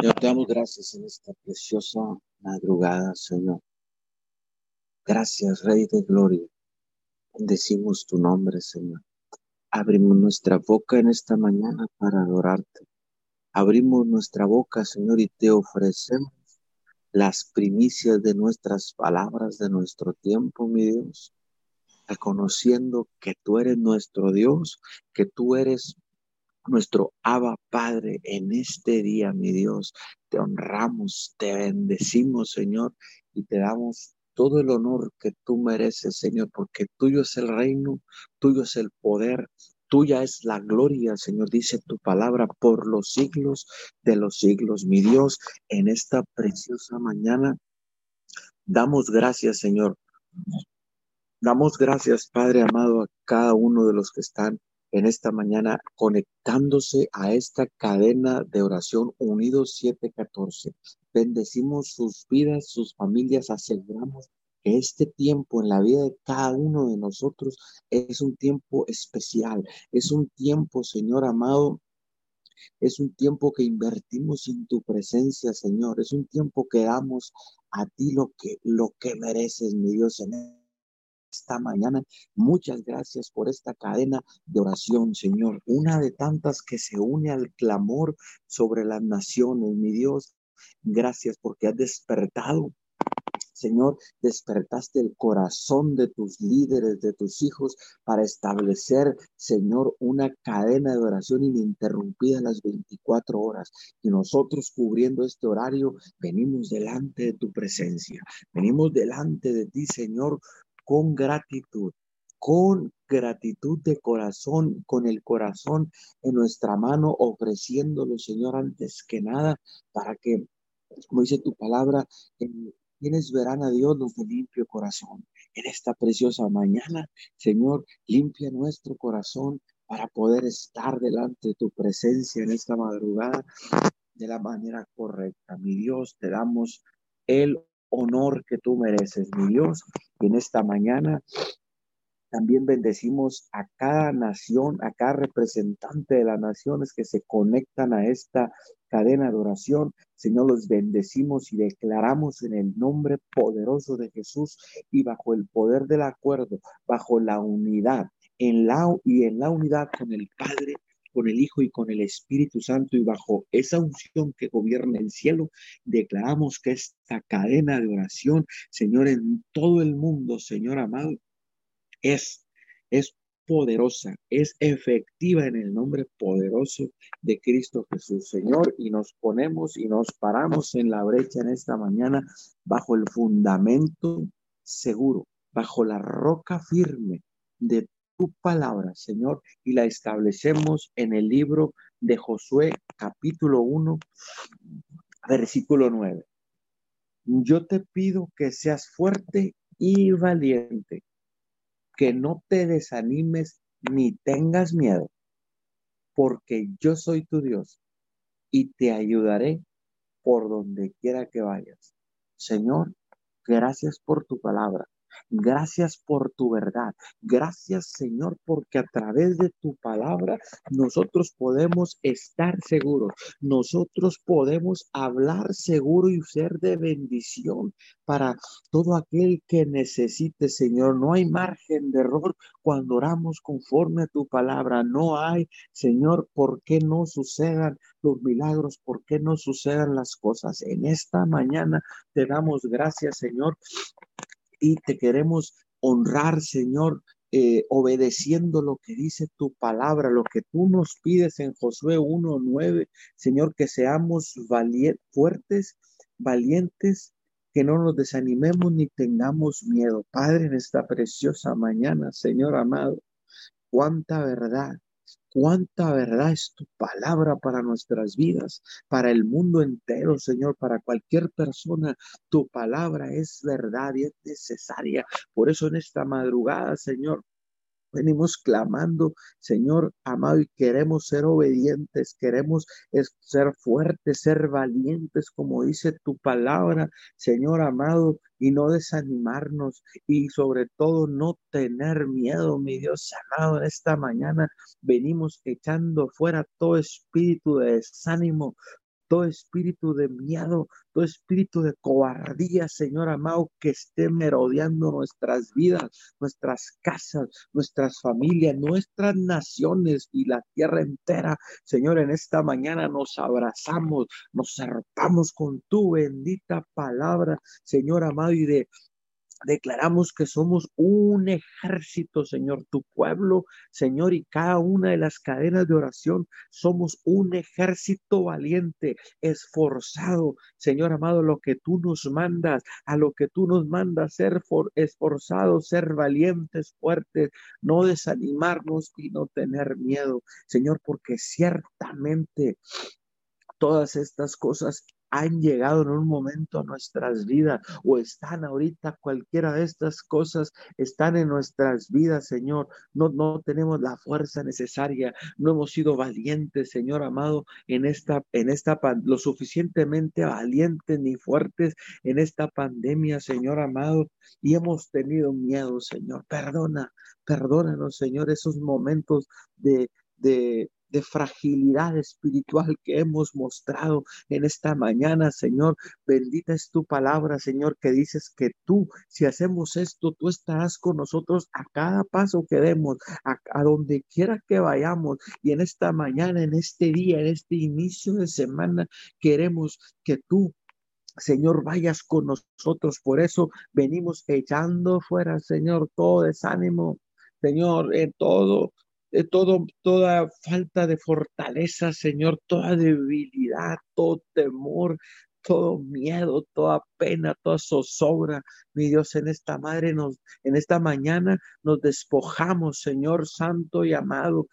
Señor, te damos gracias en esta preciosa madrugada, Señor. Gracias, Rey de Gloria. Bendecimos tu nombre, Señor. Abrimos nuestra boca en esta mañana para adorarte. Abrimos nuestra boca, Señor, y te ofrecemos las primicias de nuestras palabras, de nuestro tiempo, mi Dios, reconociendo que tú eres nuestro Dios, que tú eres nuestro Abba Padre. En este día, mi Dios, te honramos, te bendecimos, Señor, y te damos todo el honor que tú mereces, Señor, porque tuyo es el reino, tuyo es el poder, tuya es la gloria, Señor, dice tu palabra, por los siglos de los siglos. Mi Dios, en esta preciosa mañana, damos gracias, Señor. Damos gracias, Padre amado, a cada uno de los que están en esta mañana conectándose a esta cadena de oración Unidos 714. Bendecimos sus vidas, sus familias, aseguramos que este tiempo en la vida de cada uno de nosotros es un tiempo especial, es un tiempo, Señor amado, es un tiempo que invertimos en tu presencia, Señor, es un tiempo que damos a ti lo que mereces, mi Dios, en esta mañana. Muchas gracias por esta cadena de oración, Señor. Una de tantas que se une al clamor sobre las naciones, mi Dios. Gracias porque has despertado, Señor, despertaste el corazón de tus líderes, de tus hijos, para establecer, Señor, una cadena de oración ininterrumpida las 24 horas. Y nosotros, cubriendo este horario, venimos delante de tu presencia. Venimos delante de ti, Señor, con gratitud. Con gratitud de corazón, con el corazón en nuestra mano, ofreciéndolo, Señor, antes que nada, para que, como dice tu palabra, quienes verán a Dios los de limpio corazón. En esta preciosa mañana, Señor, limpia nuestro corazón para poder estar delante de tu presencia en esta madrugada de la manera correcta. Mi Dios, te damos el honor que tú mereces, mi Dios. Y en esta mañana también bendecimos a cada nación, a cada representante de las naciones que se conectan a esta cadena de oración. Señor, los bendecimos y declaramos en el nombre poderoso de Jesús y bajo el poder del acuerdo, bajo la unidad, en la unidad con el Padre, con el Hijo y con el Espíritu Santo, y bajo esa unción que gobierna el cielo, declaramos que esta cadena de oración, Señor, en todo el mundo, Señor amado, es, es poderosa, es efectiva en el nombre poderoso de Cristo Jesús, Señor, y nos ponemos y nos paramos en la brecha en esta mañana bajo el fundamento seguro, bajo la roca firme de tu palabra, Señor, y la establecemos en el libro de Josué, capítulo 1, versículo 9. Yo te pido que seas fuerte y valiente, que no te desanimes ni tengas miedo, porque yo soy tu Dios y te ayudaré por donde quiera que vayas. Señor, gracias por tu palabra. Gracias por tu verdad. Gracias, Señor, porque a través de tu palabra nosotros podemos estar seguros. Nosotros podemos hablar seguro y ser de bendición para todo aquel que necesite, Señor. No hay margen de error cuando oramos conforme a tu palabra. No hay, Señor, por qué no sucedan los milagros, por qué no sucedan las cosas. En esta mañana te damos gracias, Señor, y te queremos honrar, Señor, obedeciendo lo que dice tu palabra, lo que tú nos pides en Josué 1:9, Señor, que seamos fuertes, valientes, que no nos desanimemos ni tengamos miedo. Padre, en esta preciosa mañana, Señor amado, cuánta verdad. Cuánta verdad es tu palabra para nuestras vidas, para el mundo entero, Señor, para cualquier persona. Tu palabra es verdad y es necesaria. Por eso en esta madrugada, Señor, venimos clamando, Señor amado, y queremos ser obedientes, queremos ser fuertes, ser valientes, como dice tu palabra, Señor amado, y no desanimarnos, y sobre todo no tener miedo, mi Dios amado. En esta mañana venimos echando fuera todo espíritu de desánimo, todo espíritu de miedo, todo espíritu de cobardía, Señor amado, que esté merodeando nuestras vidas, nuestras casas, nuestras familias, nuestras naciones y la tierra entera. Señor, en esta mañana nos abrazamos, nos arropamos con tu bendita palabra, Señor amado, declaramos que somos un ejército, Señor, tu pueblo, Señor, y cada una de las cadenas de oración somos un ejército valiente, esforzado, Señor amado, lo que tú nos mandas, a lo que tú nos mandas, ser esforzados, ser valientes, fuertes, no desanimarnos y no tener miedo, Señor, porque ciertamente todas estas cosas han llegado en un momento a nuestras vidas o están ahorita, cualquiera de estas cosas están en nuestras vidas, Señor. No tenemos la fuerza necesaria, no hemos sido valientes, Señor amado, lo suficientemente valientes ni fuertes en esta pandemia, Señor amado, y hemos tenido miedo, Señor. Perdónanos, Señor, esos momentos de fragilidad espiritual que hemos mostrado en esta mañana, Señor. Bendita es tu palabra, Señor, que dices que tú, si hacemos esto, tú estarás con nosotros a cada paso que demos, a donde quiera que vayamos. Y en esta mañana, en este día, en este inicio de semana, queremos que tú, Señor, vayas con nosotros. Por eso venimos echando fuera, Señor, todo desánimo, Señor, toda falta de fortaleza, Señor, toda debilidad, todo temor, todo miedo, toda pena, toda zozobra. Mi Dios, en esta mañana nos despojamos, Señor Santo y amado,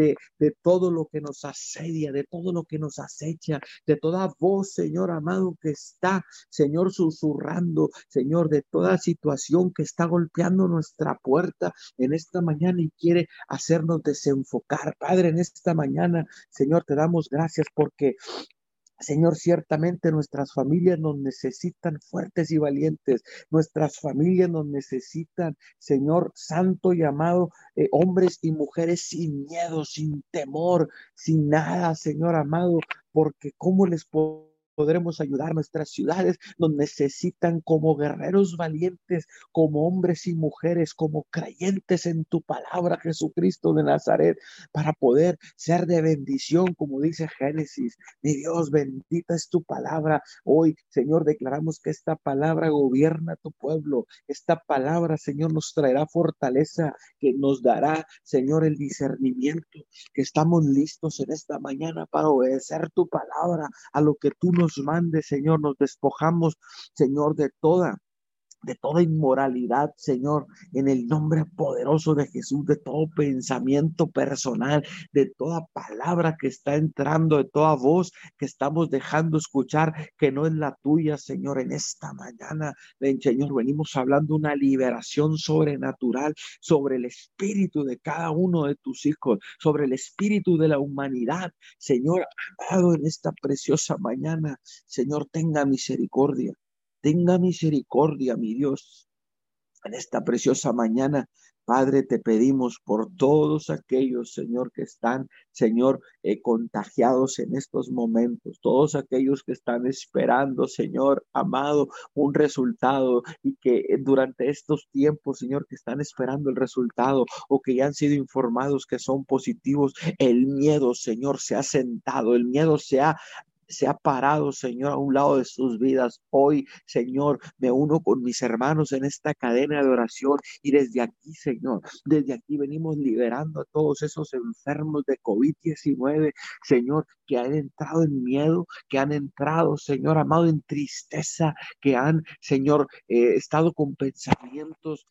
de todo lo que nos asedia, de todo lo que nos acecha, de toda voz, Señor amado, que está, Señor, susurrando, Señor, de toda situación que está golpeando nuestra puerta en esta mañana y quiere hacernos desenfocar. Padre, en esta mañana, Señor, te damos gracias porque Señor, ciertamente nuestras familias nos necesitan fuertes y valientes. Nuestras familias nos necesitan, Señor santo y amado, hombres y mujeres sin miedo, sin temor, sin nada, Señor amado, porque ¿cómo les podremos ayudar? Nuestras ciudades nos necesitan como guerreros valientes, como hombres y mujeres, como creyentes en tu palabra, Jesucristo de Nazaret, para poder ser de bendición, como dice Génesis. Mi Dios, bendita es tu palabra. Hoy, Señor, declaramos que esta palabra gobierna tu pueblo. Esta palabra, Señor, nos traerá fortaleza, que nos dará, Señor, el discernimiento, que estamos listos en esta mañana para obedecer tu palabra, a lo que tú nos mandes, Señor. Nos despojamos, Señor, de toda inmoralidad, Señor, en el nombre poderoso de Jesús, de todo pensamiento personal, de toda palabra que está entrando, de toda voz que estamos dejando escuchar, que no es la tuya, Señor, en esta mañana. Ven, Señor, venimos hablando una liberación sobrenatural sobre el espíritu de cada uno de tus hijos, sobre el espíritu de la humanidad. Señor, amado, en esta preciosa mañana, Señor, tenga misericordia. Tenga misericordia, mi Dios, en esta preciosa mañana. Padre, te pedimos por todos aquellos, Señor, que están, Señor, contagiados en estos momentos, todos aquellos que están esperando, Señor, amado, un resultado y que durante estos tiempos, Señor, que están esperando el resultado o que ya han sido informados que son positivos, el miedo, Señor, se ha sentado, el miedo se ha parado, Señor, a un lado de sus vidas. Hoy, Señor, me uno con mis hermanos en esta cadena de oración y desde aquí, Señor, desde aquí venimos liberando a todos esos enfermos de COVID-19, Señor, que han entrado en miedo, que han entrado, Señor amado, en tristeza, que han, Señor, estado con pensamientos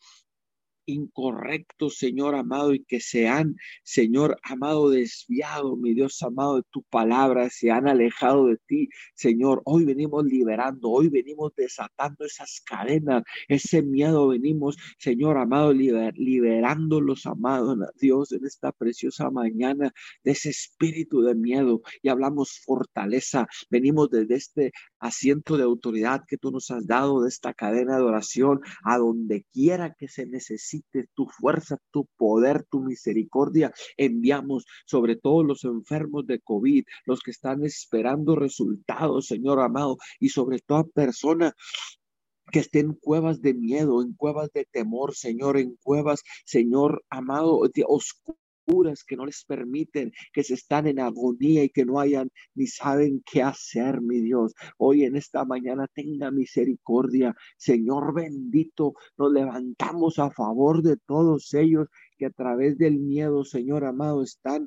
incorrectos, Señor amado, y que se han, Señor amado, desviado, mi Dios amado, de tu palabra, se han alejado de ti, Señor. Hoy venimos liberando, hoy venimos desatando esas cadenas, ese miedo venimos, Señor amado, liberándolos, amado Dios, en esta preciosa mañana de ese espíritu de miedo y hablamos fortaleza. Venimos desde este asiento de autoridad que tú nos has dado, de esta cadena de oración, a donde quiera que se necesite, necesite tu fuerza, tu poder, tu misericordia. Enviamos sobre todos los enfermos de COVID, los que están esperando resultados, Señor amado, y sobre toda persona que esté en cuevas de miedo, en cuevas de temor, Señor, en cuevas, Señor amado, de oscuras que no les permiten, que se están en agonía y que no hayan ni saben qué hacer, mi Dios. Hoy en esta mañana tenga misericordia, Señor bendito, nos levantamos a favor de todos ellos que a través del miedo, Señor amado, están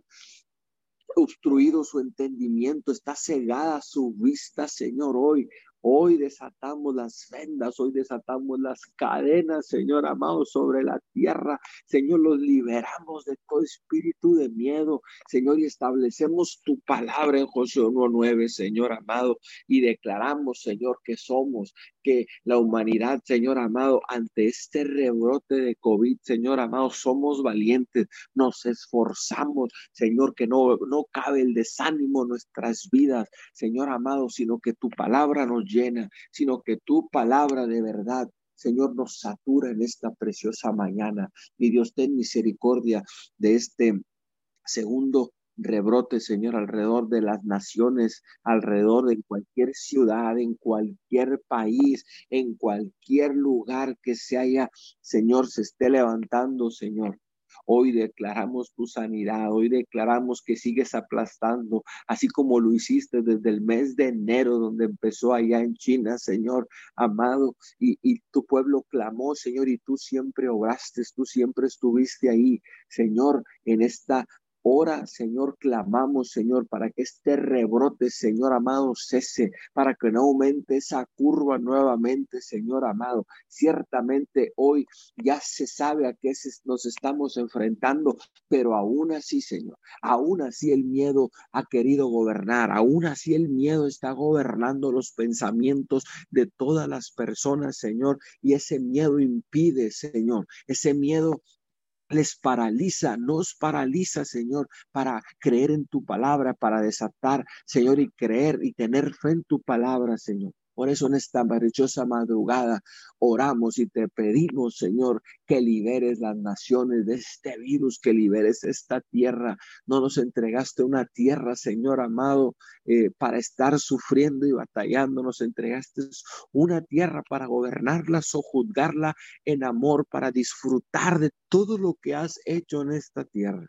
obstruido su entendimiento, está cegada su vista, Señor, hoy desatamos las vendas, hoy desatamos las cadenas, Señor amado, sobre la tierra, Señor, los liberamos de todo espíritu de miedo, Señor, y establecemos tu palabra en Josué 1:9, Señor amado, y declaramos, Señor, que la humanidad, Señor amado, ante este rebrote de COVID, Señor amado, somos valientes, nos esforzamos, Señor, que no cabe el desánimo en nuestras vidas, Señor amado, sino que tu palabra nos llena, sino que tu palabra de verdad, Señor, nos satura en esta preciosa mañana. Mi Dios, ten misericordia de este segundo rebrote, Señor, alrededor de las naciones, alrededor de cualquier ciudad, en cualquier país, en cualquier lugar que se haya, Señor, se esté levantando, Señor. Hoy declaramos tu sanidad, hoy declaramos que sigues aplastando, así como lo hiciste desde el mes de enero, donde empezó allá en China, Señor amado, y tu pueblo clamó, Señor, y tú siempre obraste, tú siempre estuviste ahí, Señor, en esta hora, Señor, clamamos, Señor, para que este rebrote, Señor amado, cese, para que no aumente esa curva nuevamente, Señor amado. Ciertamente hoy ya se sabe a qué nos estamos enfrentando, pero aún así, Señor, aún así el miedo ha querido gobernar, aún así el miedo está gobernando los pensamientos de todas las personas, Señor, y ese miedo impide, Señor, ese miedo les paraliza, nos paraliza, Señor, para creer en tu palabra, para desatar, Señor, y creer y tener fe en tu palabra, Señor. Por eso en esta maravillosa madrugada oramos y te pedimos, Señor, que liberes las naciones de este virus, que liberes esta tierra. No nos entregaste una tierra, Señor amado, para estar sufriendo y batallando. Nos entregaste una tierra para gobernarla, sojuzgarla en amor, para disfrutar de todo lo que has hecho en esta tierra.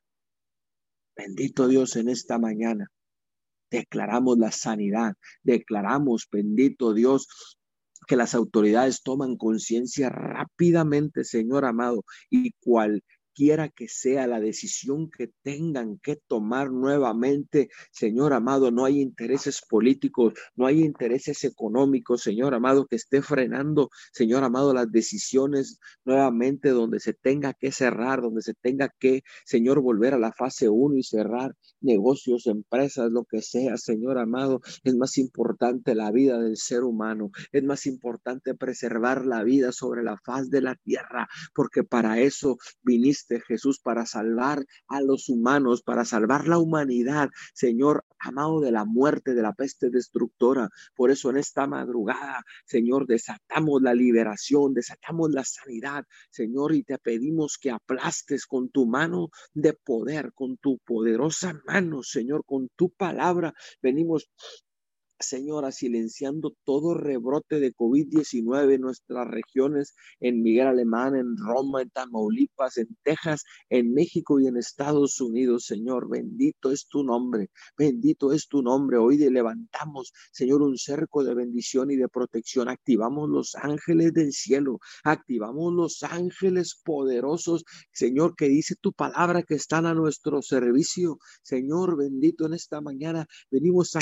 Bendito Dios, en esta mañana declaramos la sanidad, declaramos, bendito Dios, que las autoridades toman conciencia rápidamente, Señor amado, y cualquiera que sea la decisión que tengan que tomar nuevamente, Señor amado, no hay intereses políticos, no hay intereses económicos, Señor amado, que esté frenando, Señor amado, las decisiones nuevamente donde se tenga que cerrar, donde se tenga que, Señor, volver a la fase 1 y cerrar negocios, empresas, lo que sea, Señor amado. Es más importante la vida del ser humano, es más importante preservar la vida sobre la faz de la tierra, porque para eso viniste, Jesús, para salvar a los humanos, para salvar la humanidad, Señor amado, de la muerte, de la peste destructora. Por eso en esta madrugada, Señor, desatamos la liberación, desatamos la sanidad, Señor, y te pedimos que aplastes con tu mano de poder, con tu poderosa mano, Señor, con tu palabra. Venimos, Señora, silenciando todo rebrote de COVID-19 en nuestras regiones, en Miguel Alemán, en Roma, en Tamaulipas, en Texas, en México y en Estados Unidos, Señor. Bendito es tu nombre, bendito es tu nombre. Hoy levantamos, Señor, un cerco de bendición y de protección. Activamos los ángeles del cielo, activamos los ángeles poderosos, Señor, que dice tu palabra que están a nuestro servicio. Señor, bendito en esta mañana, venimos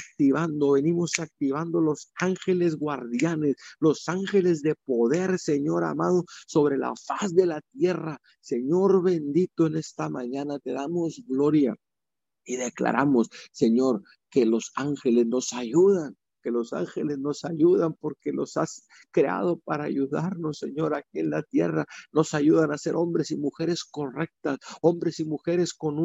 activando los ángeles guardianes, los ángeles de poder, Señor amado, sobre la faz de la tierra. Señor bendito, en esta mañana te damos gloria y declaramos, Señor, que los ángeles nos ayudan. porque los ángeles nos ayudan, porque los has creado para ayudarnos, Señor, aquí en la tierra. Nos ayudan a ser hombres y mujeres correctas, hombres y mujeres con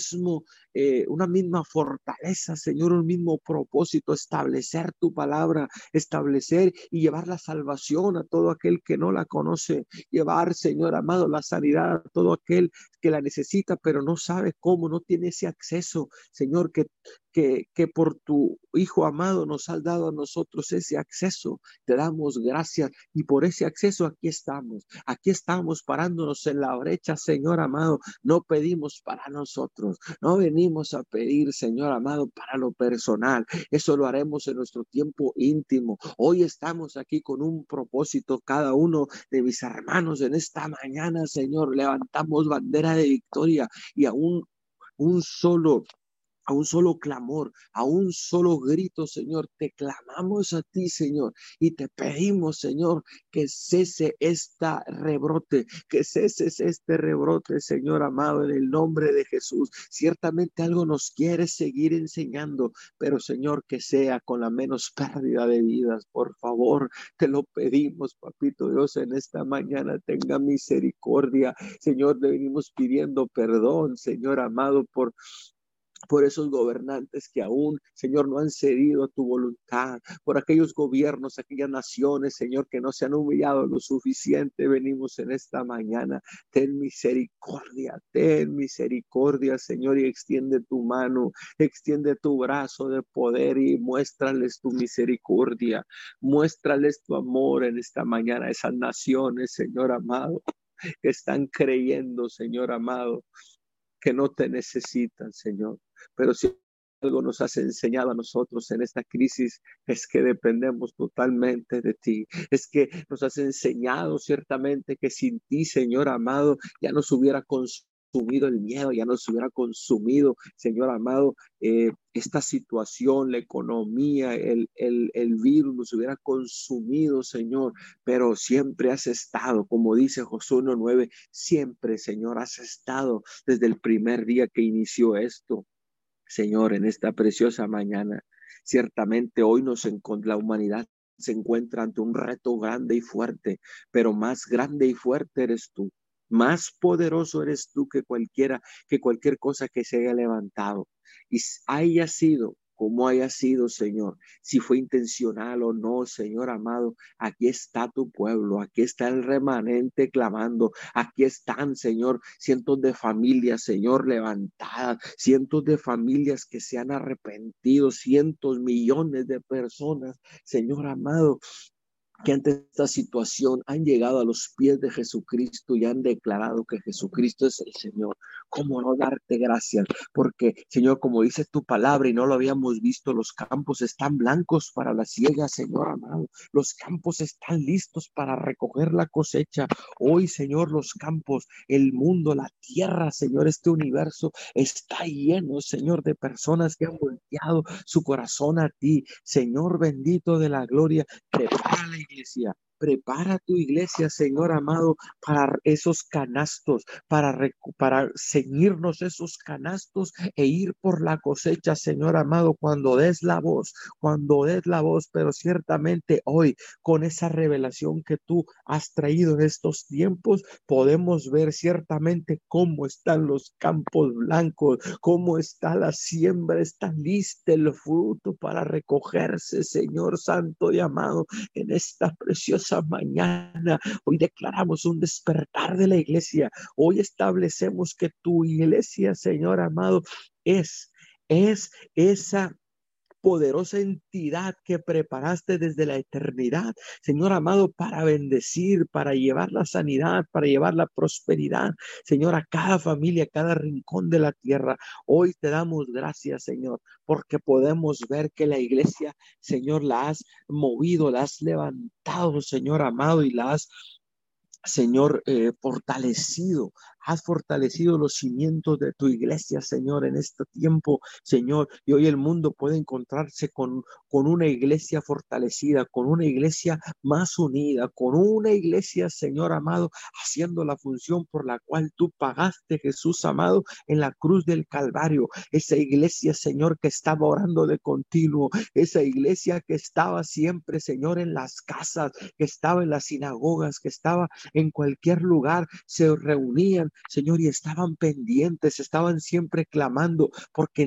una misma fortaleza, Señor, un mismo propósito, establecer tu palabra, establecer y llevar la salvación a todo aquel que no la conoce, llevar, Señor amado, la sanidad a todo aquel que la necesita, pero no sabe cómo, no tiene ese acceso, Señor, que por tu Hijo amado nos has dado a nosotros ese acceso. Te damos gracias y por ese acceso aquí estamos parándonos en la brecha, Señor amado. No pedimos para nosotros, no venimos a pedir, Señor amado, para lo personal. Eso lo haremos en nuestro tiempo íntimo. Hoy estamos aquí con un propósito, cada uno de mis hermanos en esta mañana, Señor. Levantamos bandera de victoria y un solo a un solo clamor, a un solo grito, Señor. Te clamamos a ti, Señor, y te pedimos, Señor, que cese que ceses este rebrote, Señor amado, en el nombre de Jesús. Ciertamente algo nos quieres seguir enseñando, pero, Señor, que sea con la menos pérdida de vidas, por favor. Te lo pedimos, papito Dios, en esta mañana. Tenga misericordia, Señor. Le venimos pidiendo perdón, Señor amado, por esos gobernantes que aún, Señor, no han cedido a tu voluntad, por aquellos gobiernos, aquellas naciones, Señor, que no se han humillado lo suficiente. Venimos en esta mañana. Ten misericordia, Señor, y extiende tu mano, extiende tu brazo de poder y muéstrales tu misericordia, muéstrales tu amor en esta mañana a esas naciones, Señor amado, que están creyendo, Señor amado, que no te necesitan, Señor. Pero si algo nos has enseñado a nosotros en esta crisis, es que dependemos totalmente de ti. Es que nos has enseñado ciertamente que sin ti, Señor amado, ya nos hubiera consumido el miedo, ya nos hubiera consumido, Señor amado, esta situación, la economía, el virus nos hubiera consumido, Señor, pero siempre has estado, como dice Josué 1:9, siempre, Señor, has estado desde el primer día que inició esto. Señor, en esta preciosa mañana, ciertamente hoy la humanidad se encuentra ante un reto grande y fuerte, pero más grande y fuerte eres tú. Más poderoso eres tú que cualquier cosa que se haya levantado. Y haya sido como haya sido, Señor, si fue intencional o no, Señor amado, aquí está tu pueblo, aquí está el remanente clamando, aquí están, Señor, cientos de familias, Señor, levantadas, cientos de familias que se han arrepentido, cientos, millones de personas, Señor amado, que ante esta situación han llegado a los pies de Jesucristo y han declarado que Jesucristo es el Señor. ¿Cómo no darte gracias? Porque, Señor, como dice tu palabra y no lo habíamos visto, los campos están blancos para la siega, Señor amado. Los campos están listos para recoger la cosecha. Hoy, Señor, los campos, el mundo, la tierra, Señor, este universo está lleno, Señor, de personas que han volteado su corazón a ti. Señor bendito de la gloria, prepara la iglesia. Prepara tu iglesia, Señor amado, para esos canastos, para ceñirnos esos canastos e ir por la cosecha, Señor amado, cuando des la voz, pero ciertamente hoy, con esa revelación que tú has traído en estos tiempos, podemos ver ciertamente cómo están los campos blancos, cómo está la siembra, está lista el fruto para recogerse, Señor santo y amado, en esta preciosa mañana. Hoy declaramos un despertar de la iglesia. Hoy establecemos que tu iglesia, Señor amado, es esa poderosa entidad que preparaste desde la eternidad, Señor amado, para bendecir, para llevar la sanidad, para llevar la prosperidad, Señor, a cada familia, a cada rincón de la tierra. Hoy te damos gracias, Señor, porque podemos ver que la iglesia, Señor, la has movido, la has levantado, Señor amado, y la has, Señor, fortalecido has fortalecido los cimientos de tu iglesia, Señor, en este tiempo, Señor, y hoy el mundo puede encontrarse con una iglesia fortalecida, con una iglesia más unida, con una iglesia, Señor amado, haciendo la función por la cual tú pagaste, Jesús amado, en la cruz del Calvario. Esa iglesia, Señor, que estaba orando de continuo, esa iglesia que estaba siempre, Señor, en las casas, que estaba en las sinagogas, que estaba en cualquier lugar, se reunían, Señor, y estaban pendientes, estaban siempre clamando, porque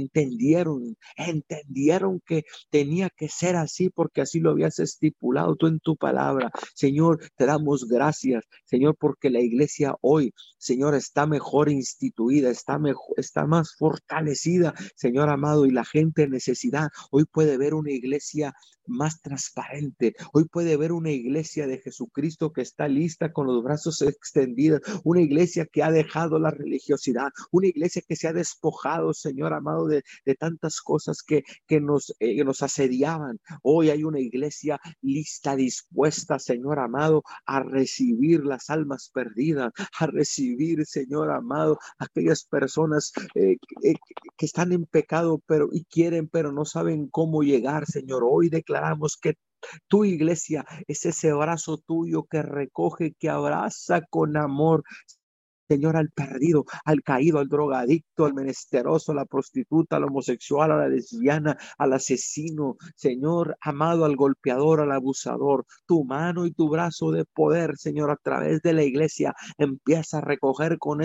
entendieron que tenía que ser así, porque así lo habías estipulado tú en tu palabra. Señor, te damos gracias, Señor, porque la iglesia hoy, Señor, está mejor instituida, está más fortalecida, Señor amado, y la gente en necesidad hoy puede ver una iglesia más transparente. Hoy puede ver una iglesia de Jesucristo que está lista con los brazos extendidos, una iglesia que ha dejado la religiosidad, una iglesia que se ha despojado, Señor amado, de tantas cosas que nos asediaban. Hoy hay una iglesia lista, dispuesta, Señor amado, a recibir las almas perdidas, a recibir, Señor amado, aquellas personas que están en pecado y quieren, pero no saben cómo llegar, Señor. Hoy declaramos que tu iglesia es ese brazo tuyo que recoge, que abraza con amor, Señor, al perdido, al caído, al drogadicto, al menesteroso, a la prostituta, al homosexual, a la lesbiana, al asesino, Señor, amado, al golpeador, al abusador. Tu mano y tu brazo de poder, Señor, a través de la iglesia, empieza a recoger con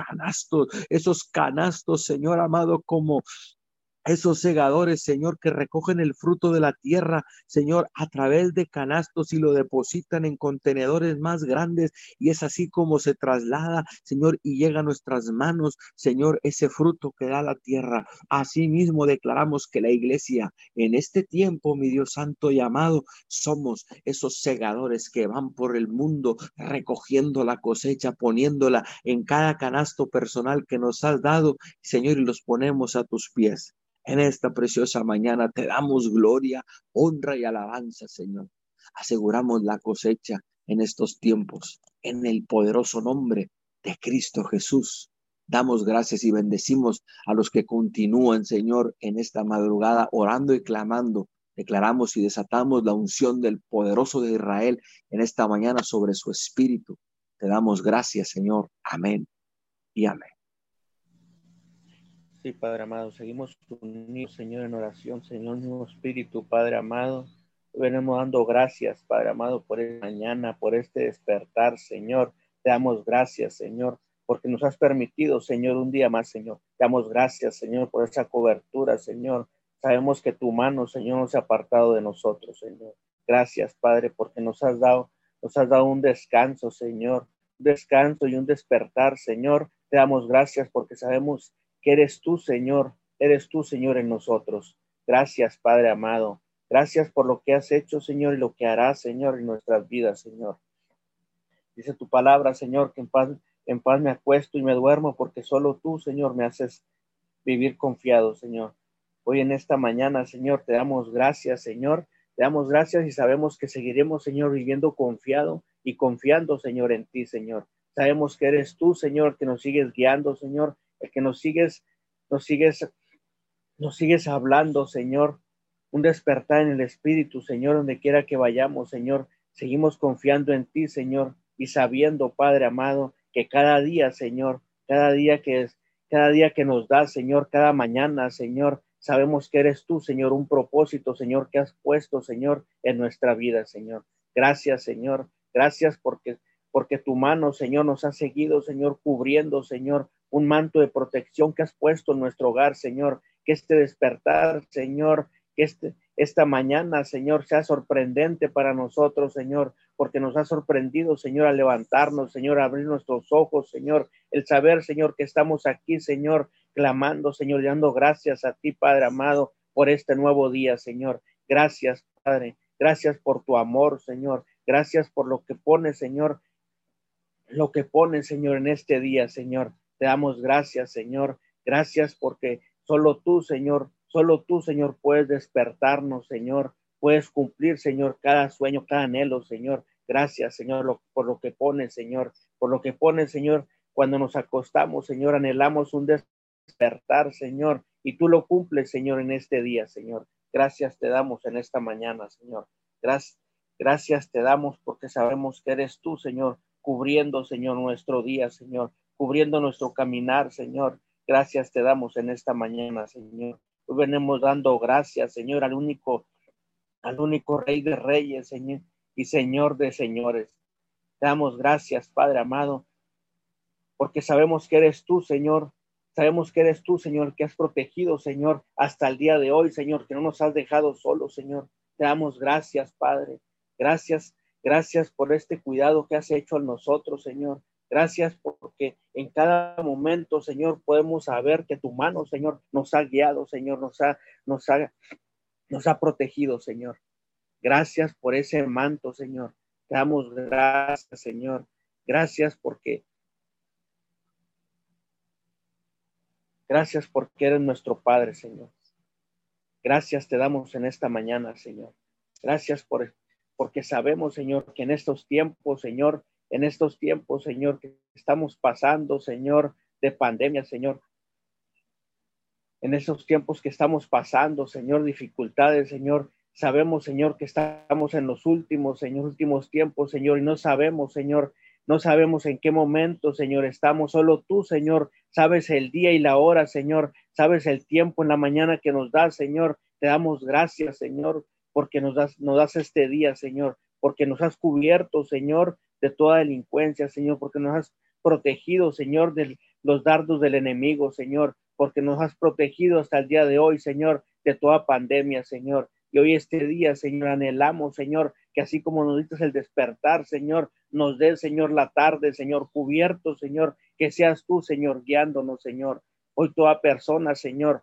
esos canastos, Señor, amado, como esos segadores, Señor, que recogen el fruto de la tierra, Señor, a través de canastos y lo depositan en contenedores más grandes, y es así como se traslada, Señor, y llega a nuestras manos, Señor, ese fruto que da la tierra. Asimismo declaramos que la iglesia en este tiempo, mi Dios santo y amado, somos esos segadores que van por el mundo recogiendo la cosecha, poniéndola en cada canasto personal que nos has dado, Señor, y los ponemos a tus pies. En esta preciosa mañana te damos gloria, honra y alabanza, Señor. Aseguramos la cosecha en estos tiempos, en el poderoso nombre de Cristo Jesús. Damos gracias y bendecimos a los que continúan, Señor, en esta madrugada orando y clamando. Declaramos y desatamos la unción del poderoso de Israel en esta mañana sobre su espíritu. Te damos gracias, Señor. Amén y amén. Sí, Padre amado, seguimos unidos, Señor, en oración, Señor, mismo Espíritu, Padre amado. Venimos dando gracias, Padre amado, por esta mañana, por este despertar, Señor. Te damos gracias, Señor, porque nos has permitido, Señor, un día más, Señor. Te damos gracias, Señor, por esa cobertura, Señor. Sabemos que tu mano, Señor, no se ha apartado de nosotros, Señor. Gracias, Padre, porque nos has dado un descanso, Señor. Un descanso y un despertar, Señor. Te damos gracias porque sabemos que eres tú, Señor, en nosotros. Gracias, Padre amado. Gracias por lo que has hecho, Señor, y lo que harás, Señor, en nuestras vidas, Señor. Dice tu palabra, Señor, que en paz me acuesto y me duermo, porque solo tú, Señor, me haces vivir confiado, Señor. Hoy en esta mañana, Señor, te damos gracias, Señor. Te damos gracias y sabemos que seguiremos, Señor, viviendo confiado y confiando, Señor, en ti, Señor. Sabemos que eres tú, Señor, que nos sigues guiando, Señor, el que nos sigues hablando, Señor. Un despertar en el Espíritu, Señor, donde quiera que vayamos, Señor. Seguimos confiando en ti, Señor, y sabiendo, Padre amado, que cada día, Señor, cada día que nos das, Señor, cada mañana, Señor, sabemos que eres tú, Señor, un propósito, Señor, que has puesto, Señor, en nuestra vida, Señor. Gracias, Señor. Gracias porque tu mano, Señor, nos ha seguido, Señor, cubriendo, Señor, un manto de protección que has puesto en nuestro hogar, Señor. Que este despertar, Señor, que esta mañana, Señor, sea sorprendente para nosotros, Señor, porque nos ha sorprendido, Señor, a levantarnos, Señor, a abrir nuestros ojos, Señor, el saber, Señor, que estamos aquí, Señor, clamando, Señor, y dando gracias a ti, Padre amado, por este nuevo día, Señor. Gracias, Padre. Gracias por tu amor, Señor. Gracias por lo que pones, Señor, en este día, Señor. Te damos gracias, Señor. Gracias porque solo tú, Señor, puedes despertarnos, Señor. Puedes cumplir, Señor, cada sueño, cada anhelo, Señor. Gracias, Señor, por lo que pones, Señor. Por lo que pones, Señor, Cuando nos acostamos, Señor, anhelamos un despertar, Señor, y tú lo cumples, Señor, en este día, Señor. Gracias te damos en esta mañana, Señor. Gracias te damos porque sabemos que eres tú, Señor, cubriendo, Señor, nuestro día, Señor, cubriendo nuestro caminar, Señor. Gracias te damos en esta mañana, Señor. Hoy venimos dando gracias, Señor, al único Rey de Reyes, Señor, y Señor de Señores. Te damos gracias, Padre amado, porque sabemos que eres tú, Señor. Sabemos que eres tú, Señor, que has protegido, Señor, hasta el día de hoy, Señor, que no nos has dejado solos, Señor. Te damos gracias, Padre. Gracias por este cuidado que has hecho a nosotros, Señor. Gracias porque en cada momento, Señor, podemos saber que tu mano, Señor, nos ha guiado, Señor, nos ha protegido, Señor. Gracias por ese manto, Señor. Te damos gracias, Señor. Gracias porque eres nuestro Padre, Señor. Gracias te damos en esta mañana, Señor. Gracias porque sabemos, Señor, que en estos tiempos, Señor, que estamos pasando, Señor, de pandemia, Señor. En esos tiempos que estamos pasando, Señor, dificultades, Señor, sabemos, Señor, que estamos en los últimos tiempos, Señor, y no sabemos, Señor, en qué momento, Señor, estamos. Solo tú, Señor, sabes el día y la hora, Señor, sabes el tiempo en la mañana que nos das, Señor. Te damos gracias, Señor, porque nos das este día, Señor, porque nos has cubierto, Señor, de toda delincuencia, Señor, porque nos has protegido, Señor, de los dardos del enemigo, Señor, porque nos has protegido hasta el día de hoy, Señor, de toda pandemia, Señor. Y hoy este día, Señor, anhelamos, Señor, que así como nos diste el despertar, Señor, nos des, Señor, la tarde, Señor, cubierto, Señor, que seas tú, Señor, guiándonos, Señor. Hoy toda persona, Señor,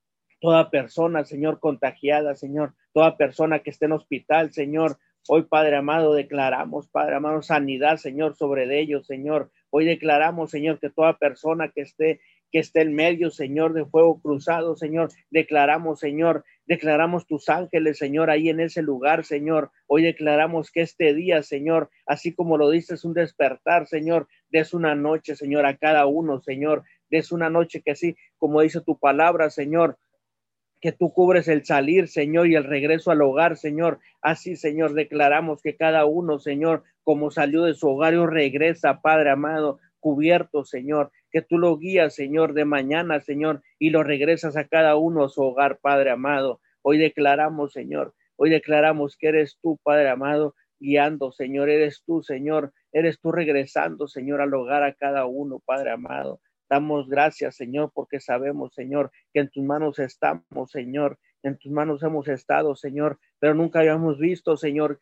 contagiada, Señor, toda persona que esté en hospital, Señor, hoy, Padre amado, declaramos, Padre amado, sanidad, Señor, sobre de ellos, Señor. Hoy declaramos, Señor, que toda persona que esté en medio, Señor, de fuego cruzado, Señor, declaramos tus ángeles, Señor, ahí en ese lugar, Señor. Hoy declaramos que este día, Señor, así como lo dices, un despertar, Señor, des una noche, Señor, a cada uno, Señor, des una noche que así, como dice tu palabra, Señor, que tú cubres el salir, Señor, y el regreso al hogar, Señor. Así, Señor, declaramos que cada uno, Señor, como salió de su hogar y regresa, Padre amado, cubierto, Señor, que tú lo guías, Señor, de mañana, Señor, y lo regresas a cada uno a su hogar, Padre amado. Hoy declaramos, Señor, que eres tú, Padre amado, guiando, Señor, eres tú, Señor, eres tú regresando, Señor, al hogar a cada uno, Padre amado. Damos gracias, Señor, porque sabemos, Señor, que en tus manos estamos, Señor, en tus manos hemos estado, Señor, pero nunca habíamos visto, Señor,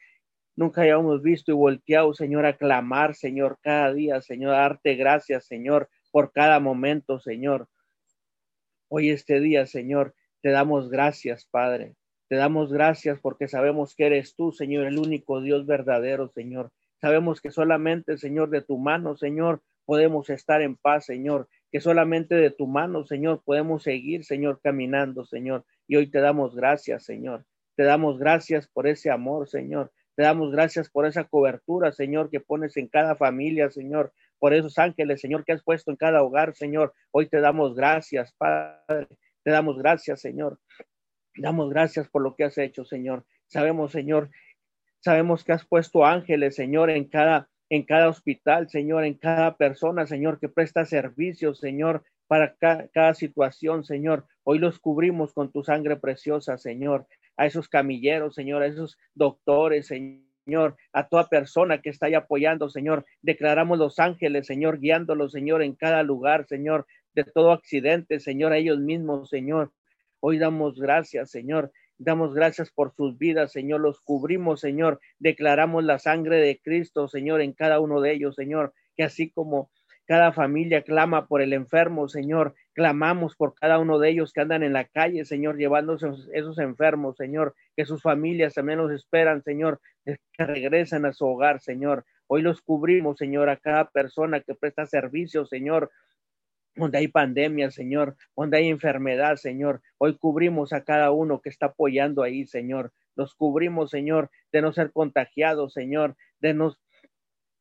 y volteado, Señor, a clamar, Señor, cada día, Señor, a darte gracias, Señor, por cada momento, Señor. Hoy este día, Señor, te damos gracias, Padre. Te damos gracias porque sabemos que eres tú, Señor, el único Dios verdadero, Señor. Sabemos que solamente, Señor, de tu mano, Señor, podemos estar en paz, Señor. Que solamente de tu mano, Señor, podemos seguir, Señor, caminando, Señor. Y hoy te damos gracias, Señor. Te damos gracias por ese amor, Señor. Te damos gracias por esa cobertura, Señor, que pones en cada familia, Señor, por esos ángeles, Señor, que has puesto en cada hogar, Señor. Hoy te damos gracias, Padre. Te damos gracias, Señor. Damos gracias por lo que has hecho, Señor. Sabemos, Señor, que has puesto ángeles, Señor, en cada hospital, Señor, en cada persona, Señor, que presta servicio, Señor, para cada situación, Señor. Hoy los cubrimos con tu sangre preciosa, Señor. A esos camilleros, Señor, a esos doctores, Señor, a toda persona que está ahí apoyando, Señor. Declaramos los ángeles, Señor, guiándolos, Señor, en cada lugar, Señor, de todo accidente, Señor, a ellos mismos, Señor. Hoy damos gracias, Señor. Damos gracias por sus vidas, Señor. Los cubrimos, Señor. Declaramos la sangre de Cristo, Señor, en cada uno de ellos, Señor. Que así como cada familia clama por el enfermo, Señor, clamamos por cada uno de ellos que andan en la calle, Señor, llevándose esos enfermos, Señor, que sus familias también los esperan, Señor, que regresen a su hogar, Señor. Hoy los cubrimos, Señor, a cada persona que presta servicio, Señor, donde hay pandemia, Señor, donde hay enfermedad, Señor. Hoy cubrimos a cada uno que está apoyando ahí, Señor. Los cubrimos, Señor, de no ser contagiados, Señor, de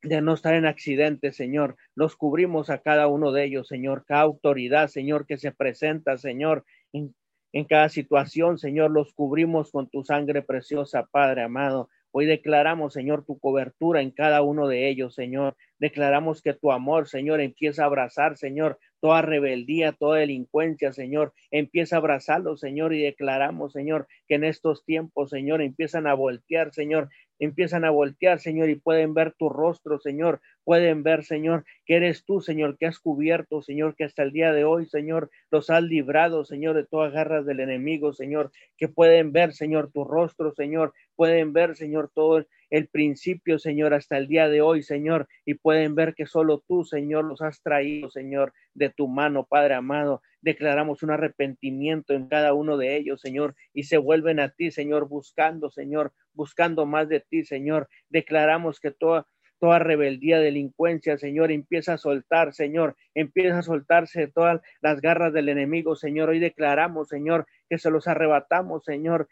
de no estar en accidentes, Señor. Los cubrimos a cada uno de ellos, Señor. Cada autoridad, Señor, que se presenta, Señor, en cada situación, Señor, los cubrimos con tu sangre preciosa, Padre amado. Hoy declaramos, Señor, tu cobertura en cada uno de ellos, Señor. Declaramos que tu amor, Señor, empieza a abrazar, Señor, toda rebeldía, toda delincuencia, Señor. Empieza a abrazarlo, Señor, y declaramos, Señor, que en estos tiempos, Señor, empiezan a voltear, Señor, Señor, y pueden ver tu rostro, Señor, pueden ver, Señor, que eres tú, Señor, que has cubierto, Señor, que hasta el día de hoy, Señor, los has librado, Señor, de todas garras del enemigo, Señor, que pueden ver, Señor, tu rostro, Señor, pueden ver, Señor, todo el principio, Señor, hasta el día de hoy, Señor, y pueden ver que solo tú, Señor, los has traído, Señor, de tu mano, Padre amado. Declaramos un arrepentimiento en cada uno de ellos, Señor, y se vuelven a ti, Señor, buscando más de ti, Señor. Declaramos que toda rebeldía, delincuencia, Señor, empieza a soltar, Señor, empieza a soltarse de todas las garras del enemigo, Señor. Hoy declaramos, Señor, que se los arrebatamos, Señor,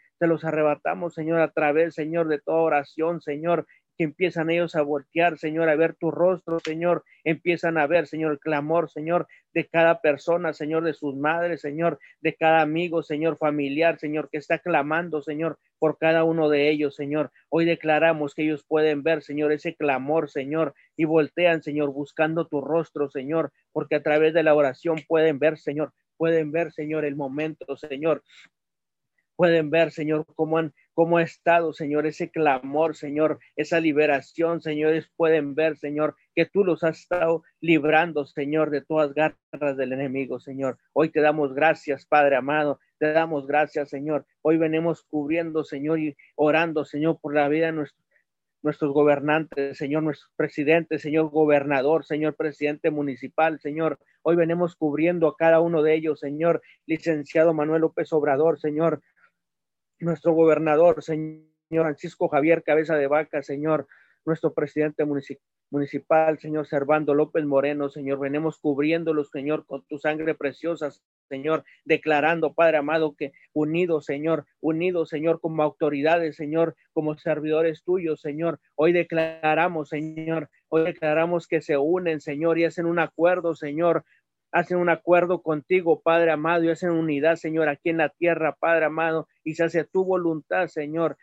a través, Señor, de toda oración, Señor, que empiezan ellos a voltear, Señor, a ver tu rostro, Señor, empiezan a ver, Señor, el clamor, Señor, de cada persona, Señor, de sus madres, Señor, de cada amigo, Señor, familiar, Señor, que está clamando, Señor, por cada uno de ellos, Señor. Hoy declaramos que ellos pueden ver, Señor, ese clamor, Señor, y voltean, Señor, buscando tu rostro, Señor, porque a través de la oración pueden ver, Señor, el momento, Señor. Pueden ver, Señor, cómo ha estado, Señor, ese clamor, Señor, esa liberación, señores, pueden ver, Señor, que tú los has estado librando, Señor, de todas garras del enemigo, Señor. Hoy te damos gracias, Padre amado, te damos gracias, Señor. Hoy venimos cubriendo, Señor, y orando, Señor, por la vida de nuestros gobernantes, Señor, nuestros presidentes, Señor gobernador, Señor presidente municipal, Señor. Hoy venimos cubriendo a cada uno de ellos, Señor, licenciado Manuel López Obrador, Señor, nuestro gobernador, Señor Francisco Javier Cabeza de Vaca, Señor, nuestro presidente municipal, Señor Servando López Moreno, Señor, venimos cubriéndolos, Señor, con tu sangre preciosa, Señor, declarando, Padre amado, que unidos, Señor, como autoridades, Señor, como servidores tuyos, Señor, hoy declaramos, Señor, que se unen, Señor, y hacen un acuerdo, Señor, hacen un acuerdo contigo, Padre amado, y hacen unidad, Señor, aquí en la tierra, Padre amado, y se hace tu voluntad, Señor,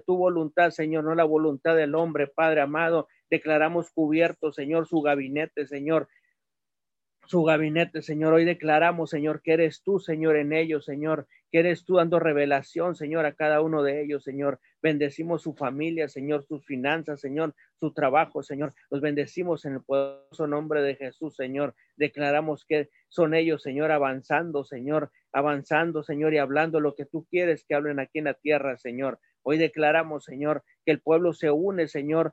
no la voluntad del hombre, Padre amado. Declaramos cubierto, Señor, su gabinete, Señor, Hoy declaramos, Señor, que eres tú, Señor, en ellos, Señor, que eres tú dando revelación, Señor, a cada uno de ellos, Señor. Bendecimos su familia, Señor, sus finanzas, Señor, su trabajo, Señor. Los bendecimos en el poderoso nombre de Jesús, Señor. Declaramos que son ellos, Señor, avanzando, Señor, y hablando lo que tú quieres que hablen aquí en la tierra, Señor. Hoy declaramos, Señor, que el pueblo se une, Señor,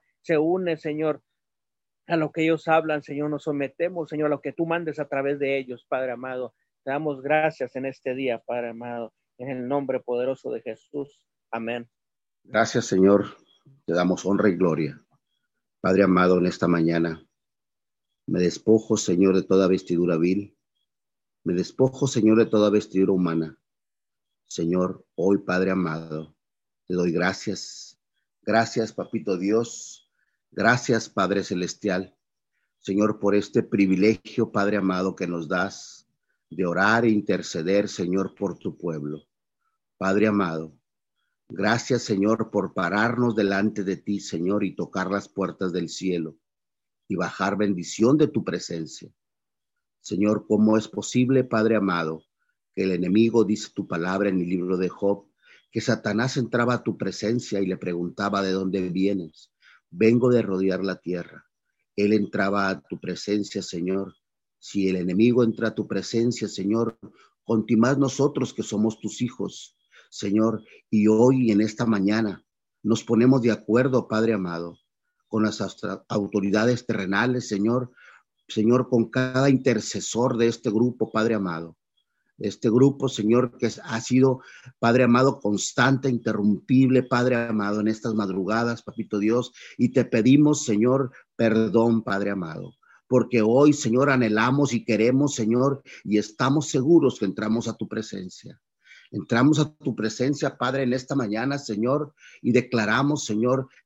a lo que ellos hablan, Señor, nos sometemos, Señor, a lo que tú mandes a través de ellos, Padre amado. Te damos gracias en este día, Padre amado, en el nombre poderoso de Jesús. Amén. Gracias, Señor. Te damos honra y gloria. Padre amado, en esta mañana me despojo, Señor, de toda vestidura vil. Me despojo, Señor, de toda vestidura humana. Señor, hoy, Padre amado, te doy gracias. Gracias, Papito Dios. Gracias, Padre Celestial, Señor, por este privilegio, Padre amado, que nos das de orar e interceder, Señor, por tu pueblo. Padre amado, gracias, Señor, por pararnos delante de ti, Señor, y tocar las puertas del cielo y bajar bendición de tu presencia. Señor, ¿cómo es posible, Padre amado, que el enemigo, dice tu palabra en el libro de Job, que Satanás entraba a tu presencia y le preguntaba de dónde vienes? Vengo de rodear la tierra. Él entraba a tu presencia, Señor. Si el enemigo entra a tu presencia, Señor, conti más nosotros que somos tus hijos, Señor, y hoy en esta mañana nos ponemos de acuerdo, Padre amado, con las autoridades terrenales, Señor, con cada intercesor de este grupo, Padre amado. Este grupo, Señor, que ha sido, Padre amado, constante, interrumpible, Padre amado, en estas madrugadas, Papito Dios, y te pedimos, Señor, perdón, Padre amado, porque hoy, Señor, anhelamos y queremos, Señor, y estamos seguros que entramos a tu presencia. Entramos a tu presencia, Padre, en esta mañana, Señor, y declaramos, Señor,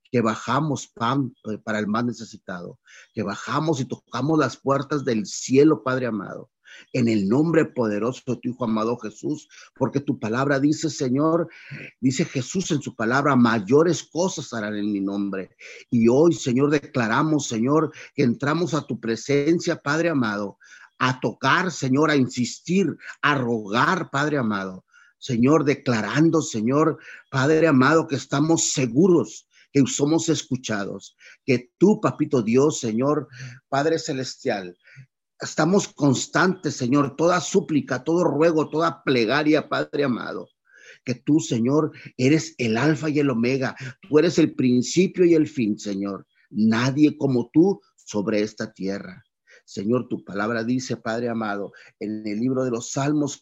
que bajamos pan para el más necesitado, que bajamos y tocamos las puertas del cielo, Padre amado, en el nombre poderoso de tu Hijo amado Jesús, porque tu palabra dice, Señor, dice Jesús en su palabra, mayores cosas harán en mi nombre. Y hoy, Señor, declaramos, Señor, que entramos a tu presencia, Padre amado, a tocar, Señor, a insistir, a rogar, Padre amado. Señor, declarando, Señor, Padre amado, que estamos seguros, que somos escuchados, que tú, Papito Dios, Señor, Padre Celestial, estamos constantes, Señor, toda súplica, todo ruego, toda plegaria, Padre amado, que tú, Señor, eres el alfa y el omega, tú eres el principio y el fin, Señor, nadie como tú sobre esta tierra. Señor, tu palabra dice, Padre amado, en el libro de los Salmos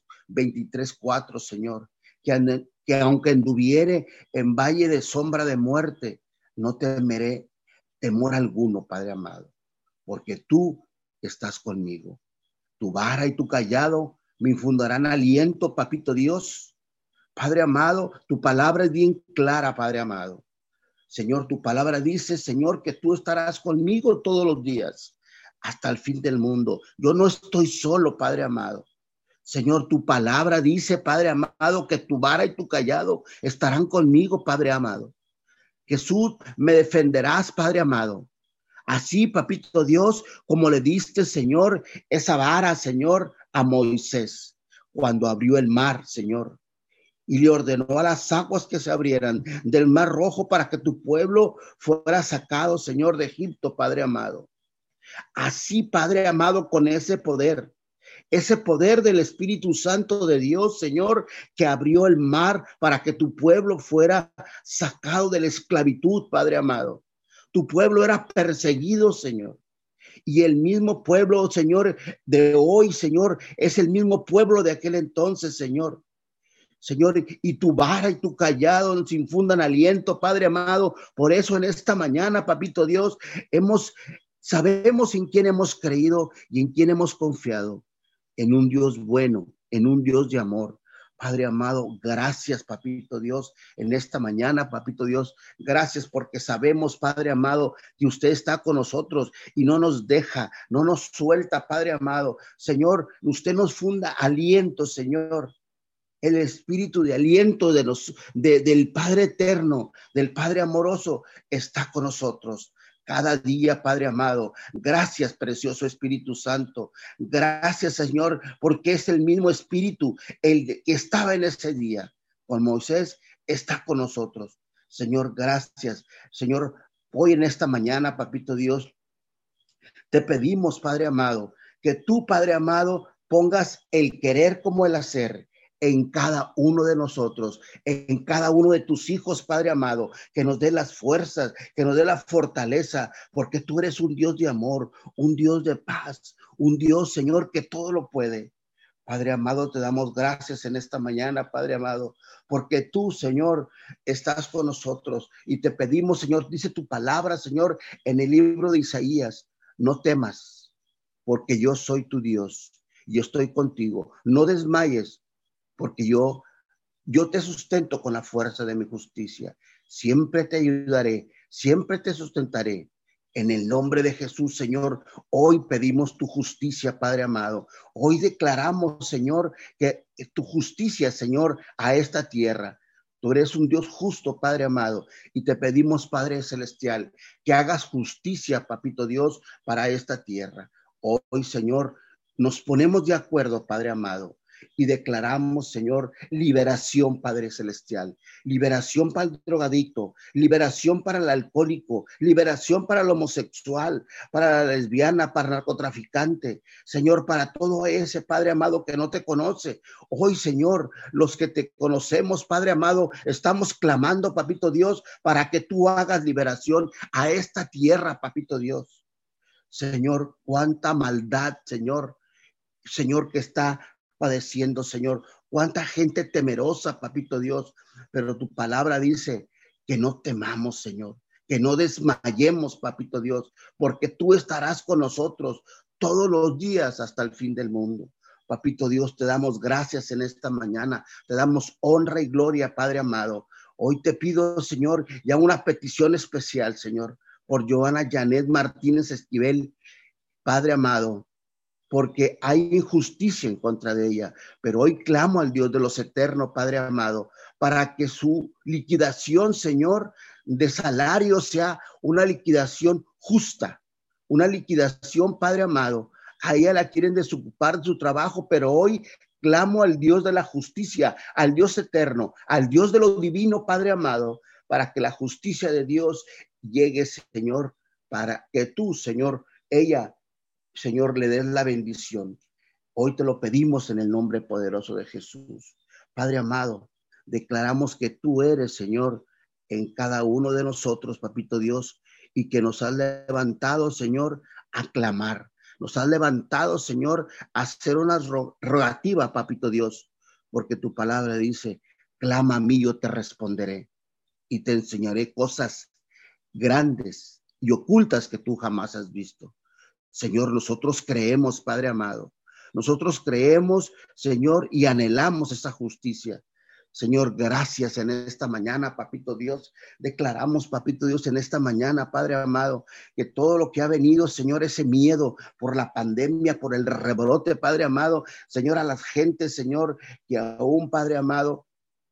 23:4, Señor, que aunque anduviere en valle de sombra de muerte, no temeré temor alguno, Padre amado, porque tú estás conmigo. Tu vara y tu callado me infundirán aliento, Papito Dios. Padre amado, tu palabra es bien clara, Padre amado. Señor, tu palabra dice, Señor, que tú estarás conmigo todos los días hasta el fin del mundo. Yo no estoy solo, Padre amado. Señor, tu palabra dice, Padre amado, que tu vara y tu callado estarán conmigo, Padre amado. Jesús, me defenderás, Padre amado. Así, Papito Dios, como le diste, Señor, esa vara, Señor, a Moisés, cuando abrió el mar, Señor, y le ordenó a las aguas que se abrieran del mar rojo para que tu pueblo fuera sacado, Señor, de Egipto, Padre amado. Así, Padre amado, con ese poder del Espíritu Santo de Dios, Señor, que abrió el mar para que tu pueblo fuera sacado de la esclavitud, Padre amado. Tu pueblo era perseguido, Señor. Y el mismo pueblo, Señor, de hoy, Señor, es el mismo pueblo de aquel entonces, Señor. Señor, y tu vara y tu callado nos infundan aliento, Padre amado. Por eso en esta mañana, Papito Dios, sabemos en quién hemos creído y en quién hemos confiado. En un Dios bueno, en un Dios de amor. Padre amado, gracias, Papito Dios, en esta mañana, Papito Dios, gracias porque sabemos, Padre amado, que usted está con nosotros y no nos deja, no nos suelta, Padre amado. Señor, usted nos funda aliento, Señor. El espíritu de aliento del Padre eterno, del Padre amoroso, está con nosotros. Cada día, Padre amado, gracias, precioso Espíritu Santo. Gracias, Señor, porque es el mismo Espíritu, el que estaba en ese día con Moisés, está con nosotros. Señor, gracias. Señor, hoy en esta mañana, Papito Dios, te pedimos, Padre amado, que tú, Padre amado, pongas el querer como el hacer en cada uno de nosotros, en cada uno de tus hijos, Padre amado, que nos dé las fuerzas, que nos dé la fortaleza, porque tú eres un Dios de amor, un Dios de paz, un Dios, Señor, que todo lo puede. Padre amado, te damos gracias en esta mañana, Padre amado, porque tú, Señor, estás con nosotros y te pedimos, Señor, dice tu palabra, Señor, en el libro de Isaías, no temas, porque yo soy tu Dios, yo estoy contigo, no desmayes, porque yo te sustento con la fuerza de mi justicia. Siempre te ayudaré, siempre te sustentaré. En el nombre de Jesús, Señor, hoy pedimos tu justicia, Padre amado. Hoy declaramos, Señor, que tu justicia, Señor, a esta tierra. Tú eres un Dios justo, Padre amado, y te pedimos, Padre celestial, que hagas justicia, Papito Dios, para esta tierra. Hoy, Señor, nos ponemos de acuerdo, Padre amado, y declaramos, Señor, liberación, Padre celestial, liberación para el drogadicto, liberación para el alcohólico, liberación para el homosexual, para la lesbiana, para el narcotraficante, Señor, para todo ese, Padre amado, que no te conoce. Hoy, Señor, los que te conocemos, Padre amado, estamos clamando, Papito Dios, para que tú hagas liberación a esta tierra, Papito Dios. Señor, cuánta maldad, Señor, que está padeciendo, Señor, cuánta gente temerosa, Papito Dios, pero tu palabra dice que no temamos, Señor, que no desmayemos, Papito Dios, porque tú estarás con nosotros todos los días hasta el fin del mundo. Papito Dios, te damos gracias en esta mañana, te damos honra y gloria, Padre amado. Hoy te pido, Señor, ya una petición especial, Señor, por Joana Janet Martínez Esquivel, Padre amado, porque hay injusticia en contra de ella, pero hoy clamo al Dios de los eternos, Padre amado, para que su liquidación, Señor, de salario sea una liquidación justa, una liquidación, Padre amado. A ella la quieren desocupar de su trabajo, pero hoy clamo al Dios de la justicia, al Dios eterno, al Dios de lo divino, Padre amado, para que la justicia de Dios llegue, Señor, para que tú, Señor, ella, Señor, le des la bendición. Hoy te lo pedimos en el nombre poderoso de Jesús. Padre amado, declaramos que tú eres, Señor, en cada uno de nosotros, Papito Dios, y que nos has levantado, Señor, a clamar. Nos has levantado, Señor, a hacer una rogativa, Papito Dios, porque tu palabra dice, clama a mí, yo te responderé y te enseñaré cosas grandes y ocultas que tú jamás has visto. Señor, nosotros creemos, Padre amado. Nosotros creemos, Señor, y anhelamos esa justicia. Señor, gracias en esta mañana, Papito Dios. Declaramos, Papito Dios, en esta mañana, Padre amado, que todo lo que ha venido, Señor, ese miedo por la pandemia, por el rebrote, Padre amado, Señor, a las gentes, Señor, que aún, Padre amado,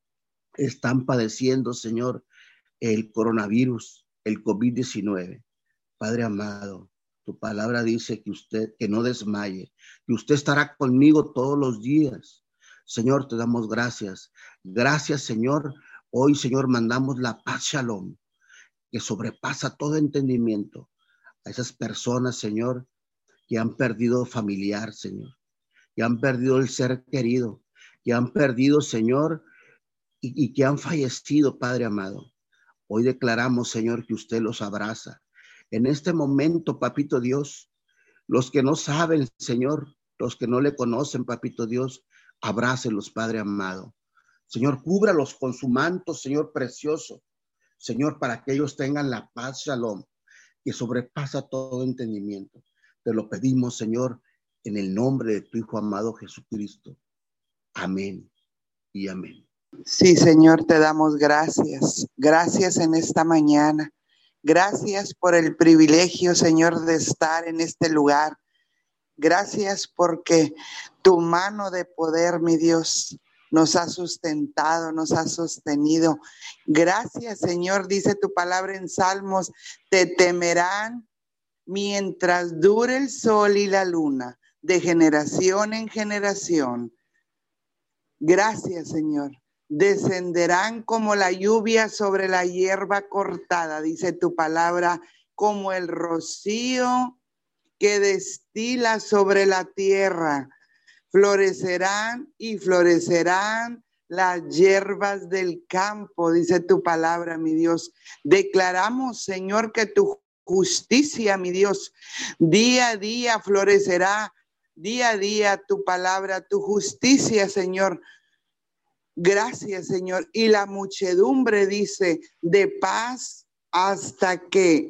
están padeciendo, Señor, el coronavirus, el COVID-19. Padre amado, tu palabra dice que no desmaye, que usted estará conmigo todos los días. Señor, te damos gracias. Gracias, Señor. Hoy, Señor, mandamos la paz Shalom, que sobrepasa todo entendimiento a esas personas, Señor, que han perdido familiar, Señor, que han perdido el ser querido, que han perdido, Señor, y que han fallecido, Padre amado. Hoy declaramos, Señor, que usted los abraza. En este momento, Papito Dios, los que no saben, Señor, los que no le conocen, Papito Dios, abrácelos, Padre amado. Señor, cúbralos con su manto, Señor precioso. Señor, para que ellos tengan la paz, Shalom, que sobrepasa todo entendimiento. Te lo pedimos, Señor, en el nombre de tu Hijo amado Jesucristo. Amén y amén. Sí, Señor, te damos gracias. Gracias en esta mañana. Gracias por el privilegio, Señor, de estar en este lugar. Gracias porque tu mano de poder, mi Dios, nos ha sustentado, nos ha sostenido. Gracias, Señor, dice tu palabra en Salmos, te temerán mientras dure el sol y la luna, de generación en generación. Gracias, Señor. Descenderán como la lluvia sobre la hierba cortada, dice tu palabra, como el rocío que destila sobre la tierra. Florecerán y florecerán las hierbas del campo, dice tu palabra, mi Dios. Declaramos, Señor, que tu justicia, mi Dios, día a día florecerá, día a día tu palabra, tu justicia, Señor. Gracias, Señor. Y la muchedumbre dice, de paz hasta que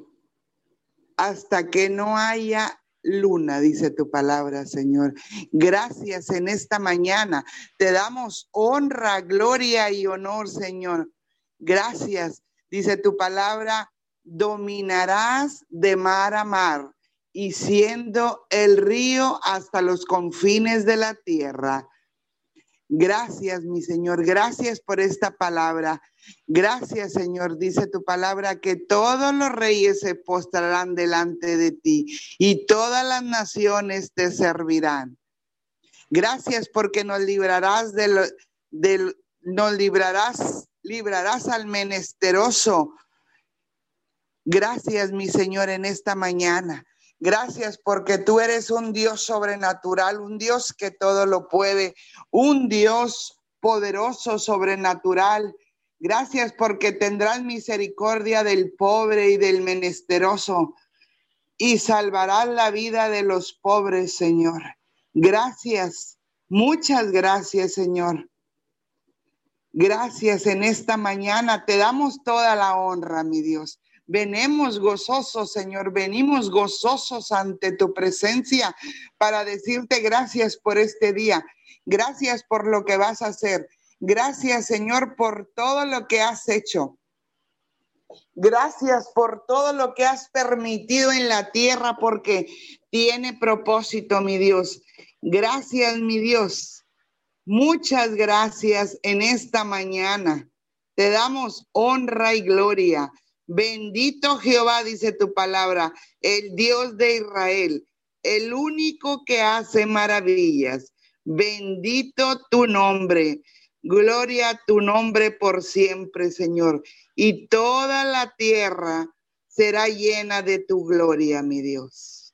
no haya luna, dice tu palabra, Señor. Gracias en esta mañana. Te damos honra, gloria y honor, Señor. Gracias. Dice tu palabra, dominarás de mar a mar y siendo el río hasta los confines de la tierra. Gracias, mi Señor. Gracias por esta palabra. Gracias, Señor. Dice tu palabra que todos los reyes se postrarán delante de ti y todas las naciones te servirán. Gracias porque nos librarás librarás al menesteroso. Gracias, mi Señor, en esta mañana. Gracias porque tú eres un Dios sobrenatural, un Dios que todo lo puede, un Dios poderoso, sobrenatural. Gracias porque tendrás misericordia del pobre y del menesteroso y salvarás la vida de los pobres, Señor. Gracias, muchas gracias, Señor. Gracias en esta mañana, te damos toda la honra, mi Dios. Venimos gozosos, Señor, venimos gozosos ante tu presencia para decirte gracias por este día. Gracias por lo que vas a hacer. Gracias, Señor, por todo lo que has hecho. Gracias por todo lo que has permitido en la tierra, porque tiene propósito, mi Dios. Gracias, mi Dios. Muchas gracias en esta mañana. Te damos honra y gloria. Bendito Jehová, dice tu palabra, el Dios de Israel, el único que hace maravillas. Bendito tu nombre. Gloria a tu nombre por siempre, Señor. Y toda la tierra será llena de tu gloria, mi Dios.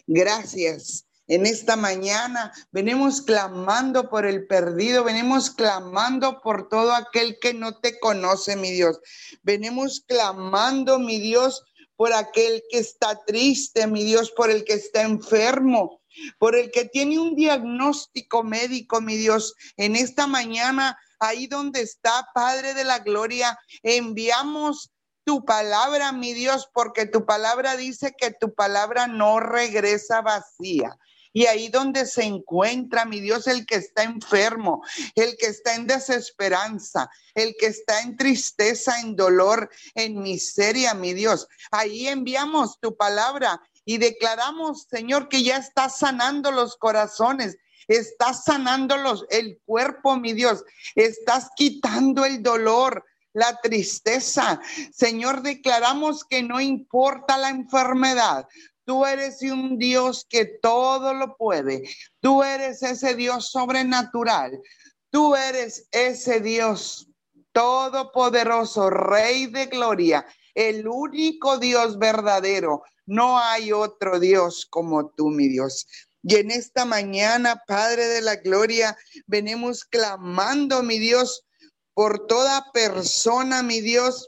Gracias. En esta mañana venimos clamando por el perdido, venimos clamando por todo aquel que no te conoce, mi Dios. Venimos clamando, mi Dios, por aquel que está triste, mi Dios, por el que está enfermo, por el que tiene un diagnóstico médico, mi Dios. En esta mañana, ahí donde está, Padre de la Gloria, enviamos tu palabra, mi Dios, porque tu palabra dice que tu palabra no regresa vacía. Y ahí donde se encuentra, mi Dios, el que está enfermo, el que está en desesperanza, el que está en tristeza, en dolor, en miseria, mi Dios, ahí enviamos tu palabra y declaramos, Señor, que ya estás sanando los corazones, estás sanando el cuerpo, mi Dios, estás quitando el dolor, la tristeza. Señor, declaramos que no importa la enfermedad. Tú eres un Dios que todo lo puede. Tú eres ese Dios sobrenatural. Tú eres ese Dios todopoderoso, Rey de gloria, el único Dios verdadero. No hay otro Dios como tú, mi Dios. Y en esta mañana, Padre de la gloria, venimos clamando, mi Dios, por toda persona, mi Dios,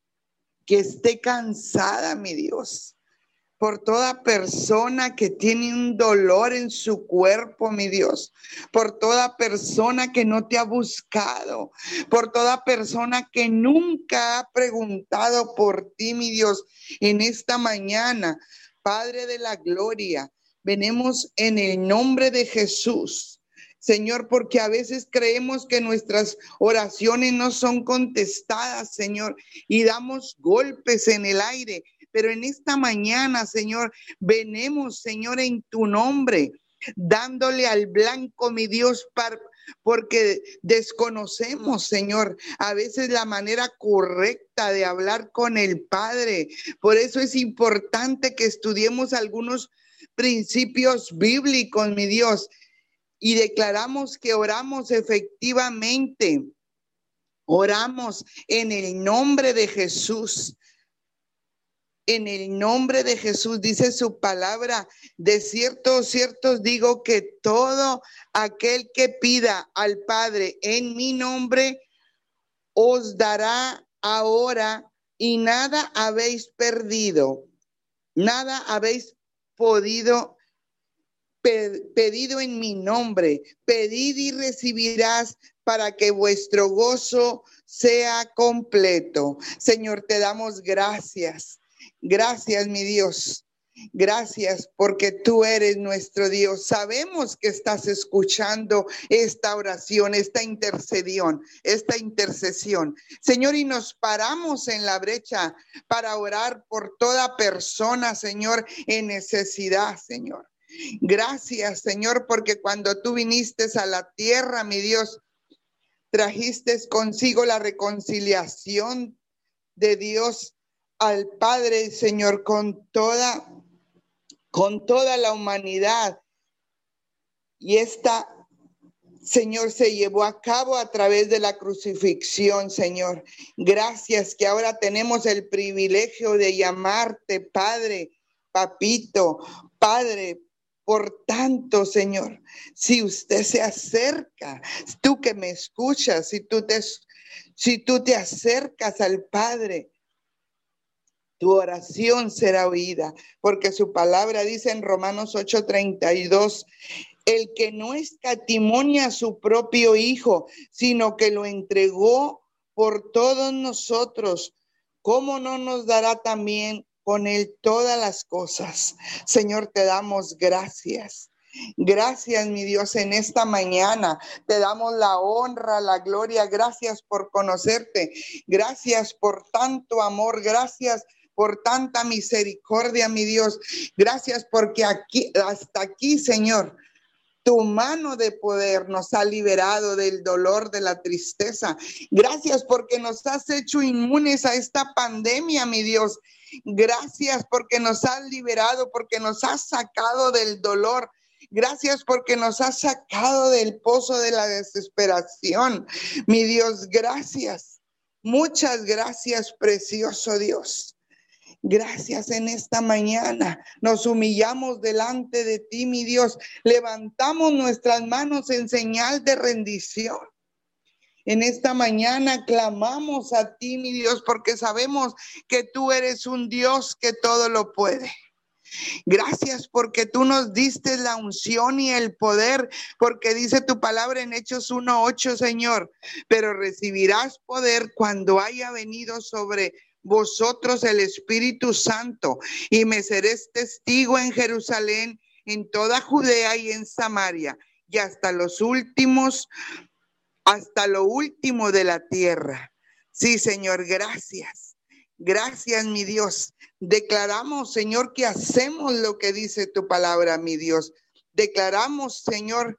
que esté cansada, mi Dios. Por toda persona que tiene un dolor en su cuerpo, mi Dios. Por toda persona que no te ha buscado. Por toda persona que nunca ha preguntado por ti, mi Dios. En esta mañana, Padre de la gloria, venimos en el nombre de Jesús. Señor, porque a veces creemos que nuestras oraciones no son contestadas, Señor, y damos golpes en el aire. Pero en esta mañana, Señor, venimos, Señor, en tu nombre, dándole al blanco, mi Dios, porque desconocemos, Señor, a veces la manera correcta de hablar con el Padre. Por eso es importante que estudiemos algunos principios bíblicos, mi Dios, y declaramos que oramos efectivamente. Oramos en el nombre de Jesús. En el nombre de Jesús, dice su palabra, de cierto, cierto digo que todo aquel que pida al Padre en mi nombre, os dará ahora, y nada habéis perdido, nada habéis podido pedido en mi nombre. Pedid y recibirás para que vuestro gozo sea completo. Señor, te damos gracias. Gracias, mi Dios. Gracias porque tú eres nuestro Dios. Sabemos que estás escuchando esta oración, esta intercesión. Señor, y nos paramos en la brecha para orar por toda persona, Señor, en necesidad, Señor. Gracias, Señor, porque cuando tú viniste a la tierra, mi Dios, trajiste consigo la reconciliación de Dios al Padre, Señor, con toda la humanidad. Y esta, Señor, se llevó a cabo a través de la crucifixión, Señor. Gracias que ahora tenemos el privilegio de llamarte Padre, Papito, Padre. Por tanto, Señor, si usted se acerca, tú que me escuchas, si tú te acercas al Padre, tu oración será oída, porque su palabra dice en Romanos 8:32, el que no escatimonia a su propio Hijo, sino que lo entregó por todos nosotros, ¿cómo no nos dará también con él todas las cosas? Señor, te damos gracias. Gracias, mi Dios, en esta mañana te damos la honra, la gloria. Gracias por conocerte. Gracias por tanto amor. Gracias por tanta misericordia, mi Dios. Gracias porque hasta aquí, Señor, tu mano de poder nos ha liberado del dolor, de la tristeza. Gracias porque nos has hecho inmunes a esta pandemia, mi Dios. Gracias porque nos has liberado, porque nos has sacado del dolor. Gracias porque nos has sacado del pozo de la desesperación. Mi Dios, gracias. Muchas gracias, precioso Dios. Gracias en esta mañana. Nos humillamos delante de ti, mi Dios. Levantamos nuestras manos en señal de rendición. En esta mañana clamamos a ti, mi Dios, porque sabemos que tú eres un Dios que todo lo puede. Gracias porque tú nos diste la unción y el poder, porque dice tu palabra en Hechos 1:8, Señor, pero recibirás poder cuando haya venido sobre vosotros el Espíritu Santo, y me seréis testigo en Jerusalén, en toda Judea y en Samaria, y hasta lo último de la tierra. Sí, Señor, gracias. Gracias, mi Dios. Declaramos, Señor, que hacemos lo que dice tu palabra, mi Dios. Declaramos, Señor,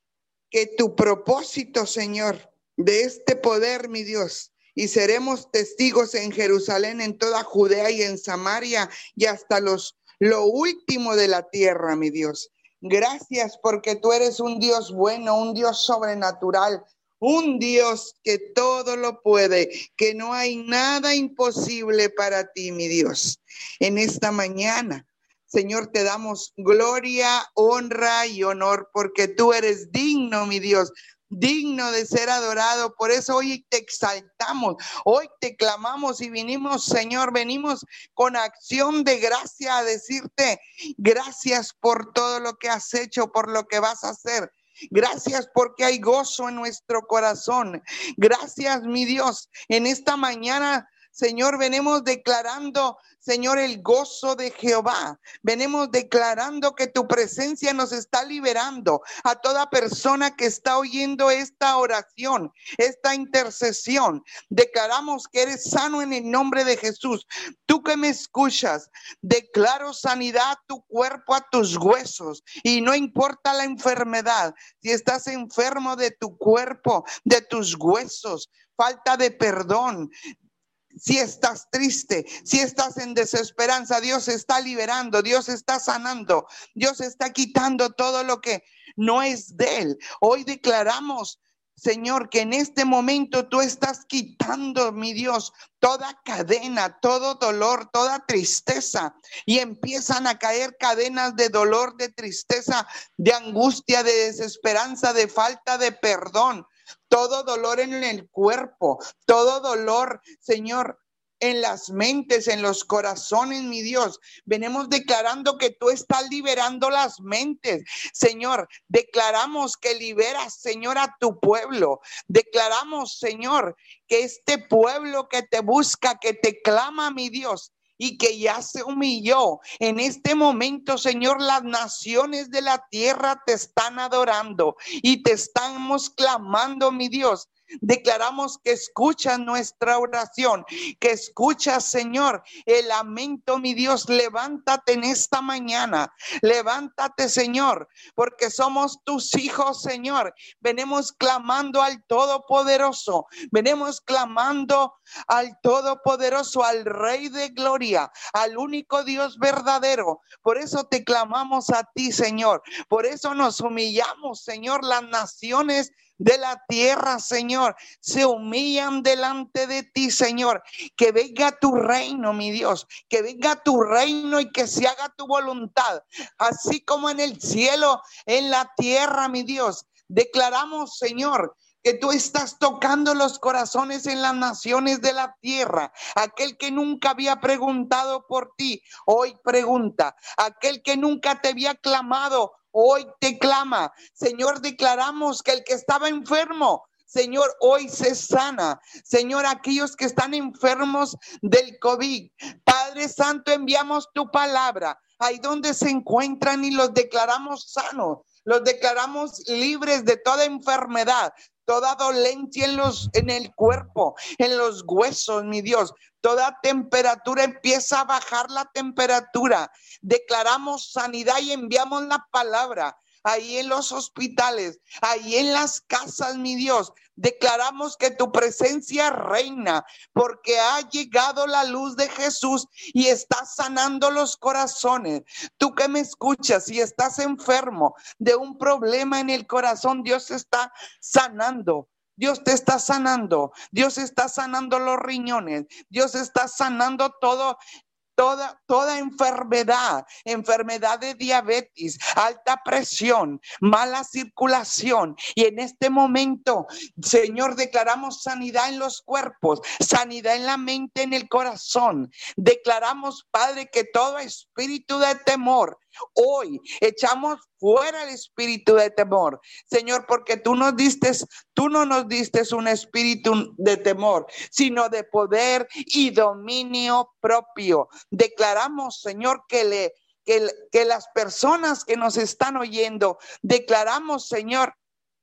que tu propósito, Señor, de este poder, mi Dios, y seremos testigos en Jerusalén, en toda Judea y en Samaria, y hasta lo último de la tierra, mi Dios. Gracias porque tú eres un Dios bueno, un Dios sobrenatural, un Dios que todo lo puede, que no hay nada imposible para ti, mi Dios. En esta mañana, Señor, te damos gloria, honra y honor, porque tú eres digno, mi Dios, digno de ser adorado. Por eso hoy te exaltamos, hoy te clamamos y venimos, Señor, venimos con acción de gracia a decirte gracias por todo lo que has hecho, por lo que vas a hacer. Gracias porque hay gozo en nuestro corazón. Gracias, mi Dios. En esta mañana, Señor, venimos declarando, Señor, el gozo de Jehová. Venimos declarando que tu presencia nos está liberando a toda persona que está oyendo esta oración, esta intercesión. Declaramos que eres sano en el nombre de Jesús. Tú que me escuchas, declaro sanidad a tu cuerpo, a tus huesos, y no importa la enfermedad. Si estás enfermo de tu cuerpo, de tus huesos, falta de perdón, si estás triste, si estás en desesperanza, Dios está liberando, Dios está sanando, Dios está quitando todo lo que no es de Él. Hoy declaramos, Señor, que en este momento tú estás quitando, mi Dios, toda cadena, todo dolor, toda tristeza, y empiezan a caer cadenas de dolor, de tristeza, de angustia, de desesperanza, de falta de perdón. Todo dolor en el cuerpo, todo dolor, Señor, en las mentes, en los corazones, mi Dios. Venimos declarando que tú estás liberando las mentes, Señor. Declaramos que liberas, Señor, a tu pueblo. Declaramos, Señor, que este pueblo que te busca, que te clama, mi Dios, y que ya se humilló. En este momento, Señor, las naciones de la tierra te están adorando y te estamos clamando, mi Dios. Declaramos que escuchas nuestra oración, que escuchas, Señor, el lamento, mi Dios. Levántate en esta mañana, levántate, Señor, porque somos tus hijos, Señor. Venimos clamando al Todopoderoso, venimos clamando al Todopoderoso, al Rey de Gloria, al único Dios verdadero. Por eso te clamamos a ti, Señor. Por eso nos humillamos, Señor. Las naciones de la tierra, Señor, se humillan delante de ti, Señor. Que venga tu reino, mi Dios, que venga tu reino y que se haga tu voluntad, así como en el cielo, en la tierra, mi Dios. Declaramos, Señor, que tú estás tocando los corazones en las naciones de la tierra. Aquel que nunca había preguntado por ti, hoy pregunta. Aquel que nunca te había clamado, hoy te clama. Señor, declaramos que el que estaba enfermo Señor, hoy se sana. Señor, aquellos que están enfermos del COVID, Padre Santo, enviamos tu palabra ahí donde se encuentran y los declaramos sanos, los declaramos libres de toda enfermedad, toda dolencia en el cuerpo, en los huesos, mi Dios. Toda temperatura empieza a bajar la temperatura. Declaramos sanidad y enviamos la palabra. Ahí en los hospitales, ahí en las casas, mi Dios, declaramos que tu presencia reina, porque ha llegado la luz de Jesús y está sanando los corazones. Tú que me escuchas, si estás enfermo de un problema en el corazón, Dios está sanando. Dios te está sanando, Dios está sanando los riñones, Dios está sanando toda enfermedad de diabetes, alta presión, mala circulación. Y en este momento, Señor, declaramos sanidad en los cuerpos, sanidad en la mente, en el corazón. Declaramos, Padre, que todo espíritu de temor, hoy echamos fuera el espíritu de temor, Señor, porque tú no nos diste un espíritu de temor, sino de poder y dominio propio. Declaramos, Señor, que las personas que nos están oyendo, declaramos, Señor,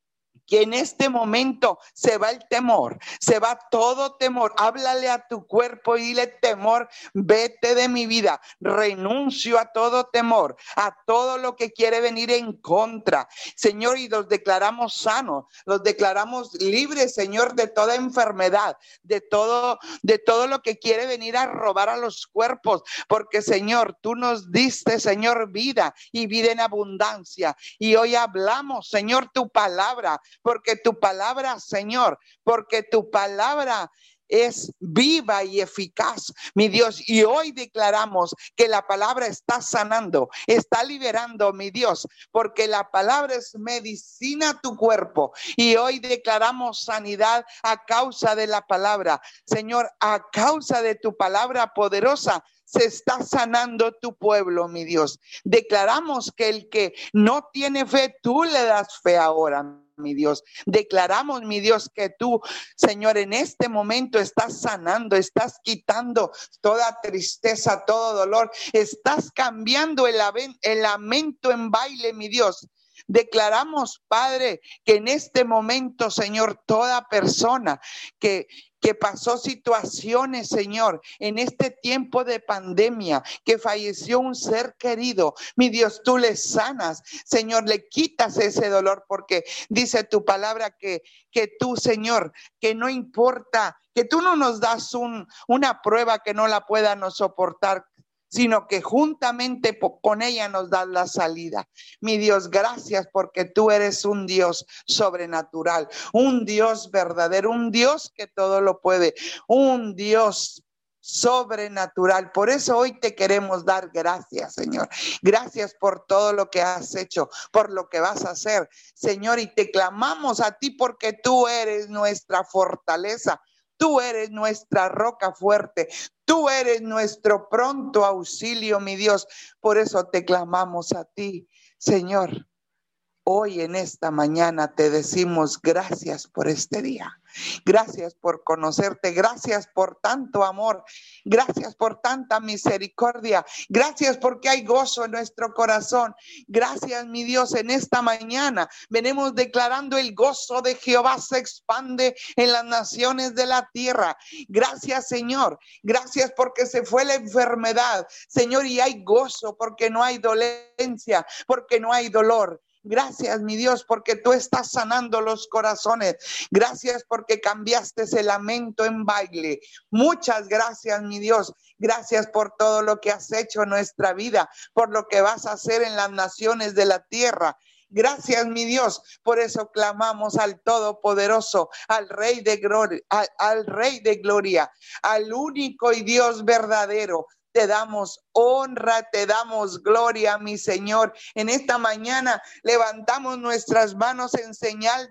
que en este momento se va el temor, se va todo temor. Háblale a tu cuerpo y dile: temor, vete de mi vida. Renuncio a todo temor, a todo lo que quiere venir en contra, Señor, y los declaramos sanos, los declaramos libres, Señor, de toda enfermedad, de todo lo que quiere venir a robar a los cuerpos, porque, Señor, tú nos diste, Señor, vida y vida en abundancia. Y hoy hablamos, Señor, tu palabra, porque tu palabra, Señor, porque tu palabra es viva y eficaz, mi Dios. Y hoy declaramos que la palabra está sanando, está liberando, mi Dios, porque la palabra es medicina a tu cuerpo. Y hoy declaramos sanidad a causa de la palabra. Señor, a causa de tu palabra poderosa, se está sanando tu pueblo, mi Dios. Declaramos que el que no tiene fe, tú le das fe ahora, mi Dios. Declaramos, mi Dios, que tú, Señor, en este momento estás sanando, estás quitando toda tristeza, todo dolor, estás cambiando el lamento en baile, mi Dios. Declaramos, Padre, que en este momento, Señor, toda persona que pasó situaciones, Señor, en este tiempo de pandemia, que falleció un ser querido, mi Dios, tú le sanas, Señor, le quitas ese dolor, porque dice tu palabra que tú, Señor, que no importa, que tú no nos das una prueba que no la puedan soportar, sino que juntamente con ella nos das la salida. Mi Dios, gracias, porque tú eres un Dios sobrenatural, un Dios verdadero, un Dios que todo lo puede, un Dios sobrenatural. Por eso hoy te queremos dar gracias, Señor. Gracias por todo lo que has hecho, por lo que vas a hacer, Señor, y te clamamos a ti porque tú eres nuestra fortaleza. Tú eres nuestra roca fuerte. Tú eres nuestro pronto auxilio, mi Dios. Por eso te clamamos a ti, Señor. Hoy en esta mañana te decimos gracias por este día. Gracias por conocerte, gracias por tanto amor, gracias por tanta misericordia, gracias porque hay gozo en nuestro corazón. Gracias, mi Dios, en esta mañana venimos declarando: el gozo de Jehová se expande en las naciones de la tierra. Gracias, Señor, gracias porque se fue la enfermedad, Señor, y hay gozo porque no hay dolencia, porque no hay dolor. Gracias, mi Dios, porque tú estás sanando los corazones. Gracias porque cambiaste ese lamento en baile. Muchas gracias, mi Dios. Gracias por todo lo que has hecho en nuestra vida, por lo que vas a hacer en las naciones de la tierra. Gracias, mi Dios. Por eso clamamos al Todopoderoso, al Rey de Gloria, al Rey de Gloria, al único y Dios verdadero. Te damos honra, te damos gloria, mi Señor. En esta mañana levantamos nuestras manos en señal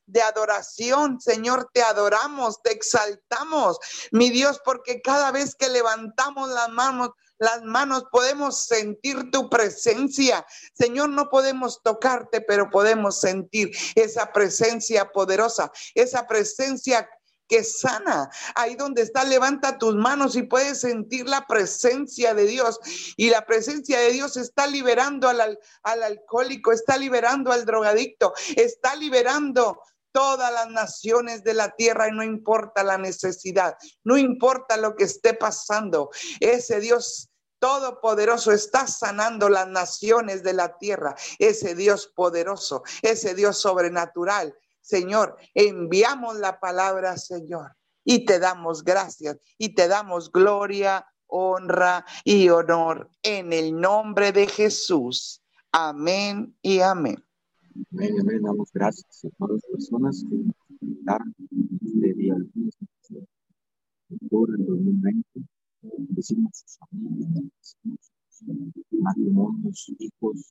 de adoración. Señor, te adoramos, te exaltamos, mi Dios, porque cada vez que levantamos las manos podemos sentir tu presencia. Señor, no podemos tocarte, pero podemos sentir esa presencia poderosa, esa presencia que sana. Ahí donde está, levanta tus manos y puedes sentir la presencia de Dios. Y la presencia de Dios está liberando al alcohólico, está liberando al drogadicto, está liberando todas las naciones de la tierra, y no importa la necesidad, no importa lo que esté pasando, ese Dios todopoderoso está sanando las naciones de la tierra, ese Dios poderoso, ese Dios sobrenatural. Señor, enviamos la palabra, Señor, y te damos gracias y te damos gloria, honra y honor en el nombre de Jesús. Amén y amén. Amén, amén. Damos gracias a todas las personas que nos invitaron este día de octubre del 2020. Decimos sus familias, decimos sus matrimonios, hijos,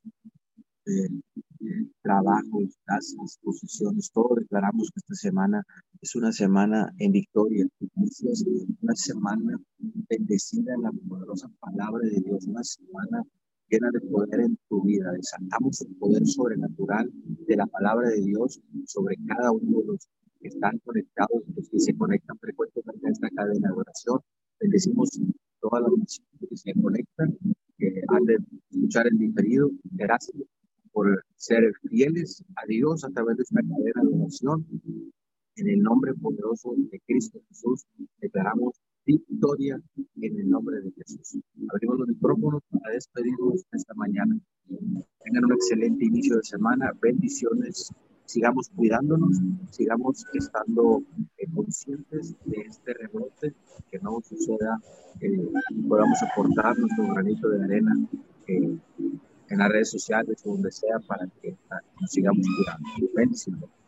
trabajos, casas, posiciones, todo declaramos que esta semana es una semana en victoria, una semana bendecida en la poderosa palabra de Dios, una semana llena de poder en tu vida. Desatamos el poder sobrenatural de la palabra de Dios sobre cada uno de los que están conectados, los que se conectan frecuentemente a esta cadena de oración. Bendecimos todas las personas que se conectan, que han de escuchar el diferido. Gracias por ser fieles a Dios a través de esta cadena de oración. En el nombre poderoso de Cristo Jesús, declaramos victoria en el nombre de Jesús. Abrimos los micrófonos para despedirnos esta mañana. Tengan un excelente inicio de semana. Bendiciones. Sigamos cuidándonos, sigamos estando conscientes de este rebrote, que no suceda, podamos aportar nuestro granito de arena en las redes sociales o donde sea para que nos sigamos cuidando. Bendiciones.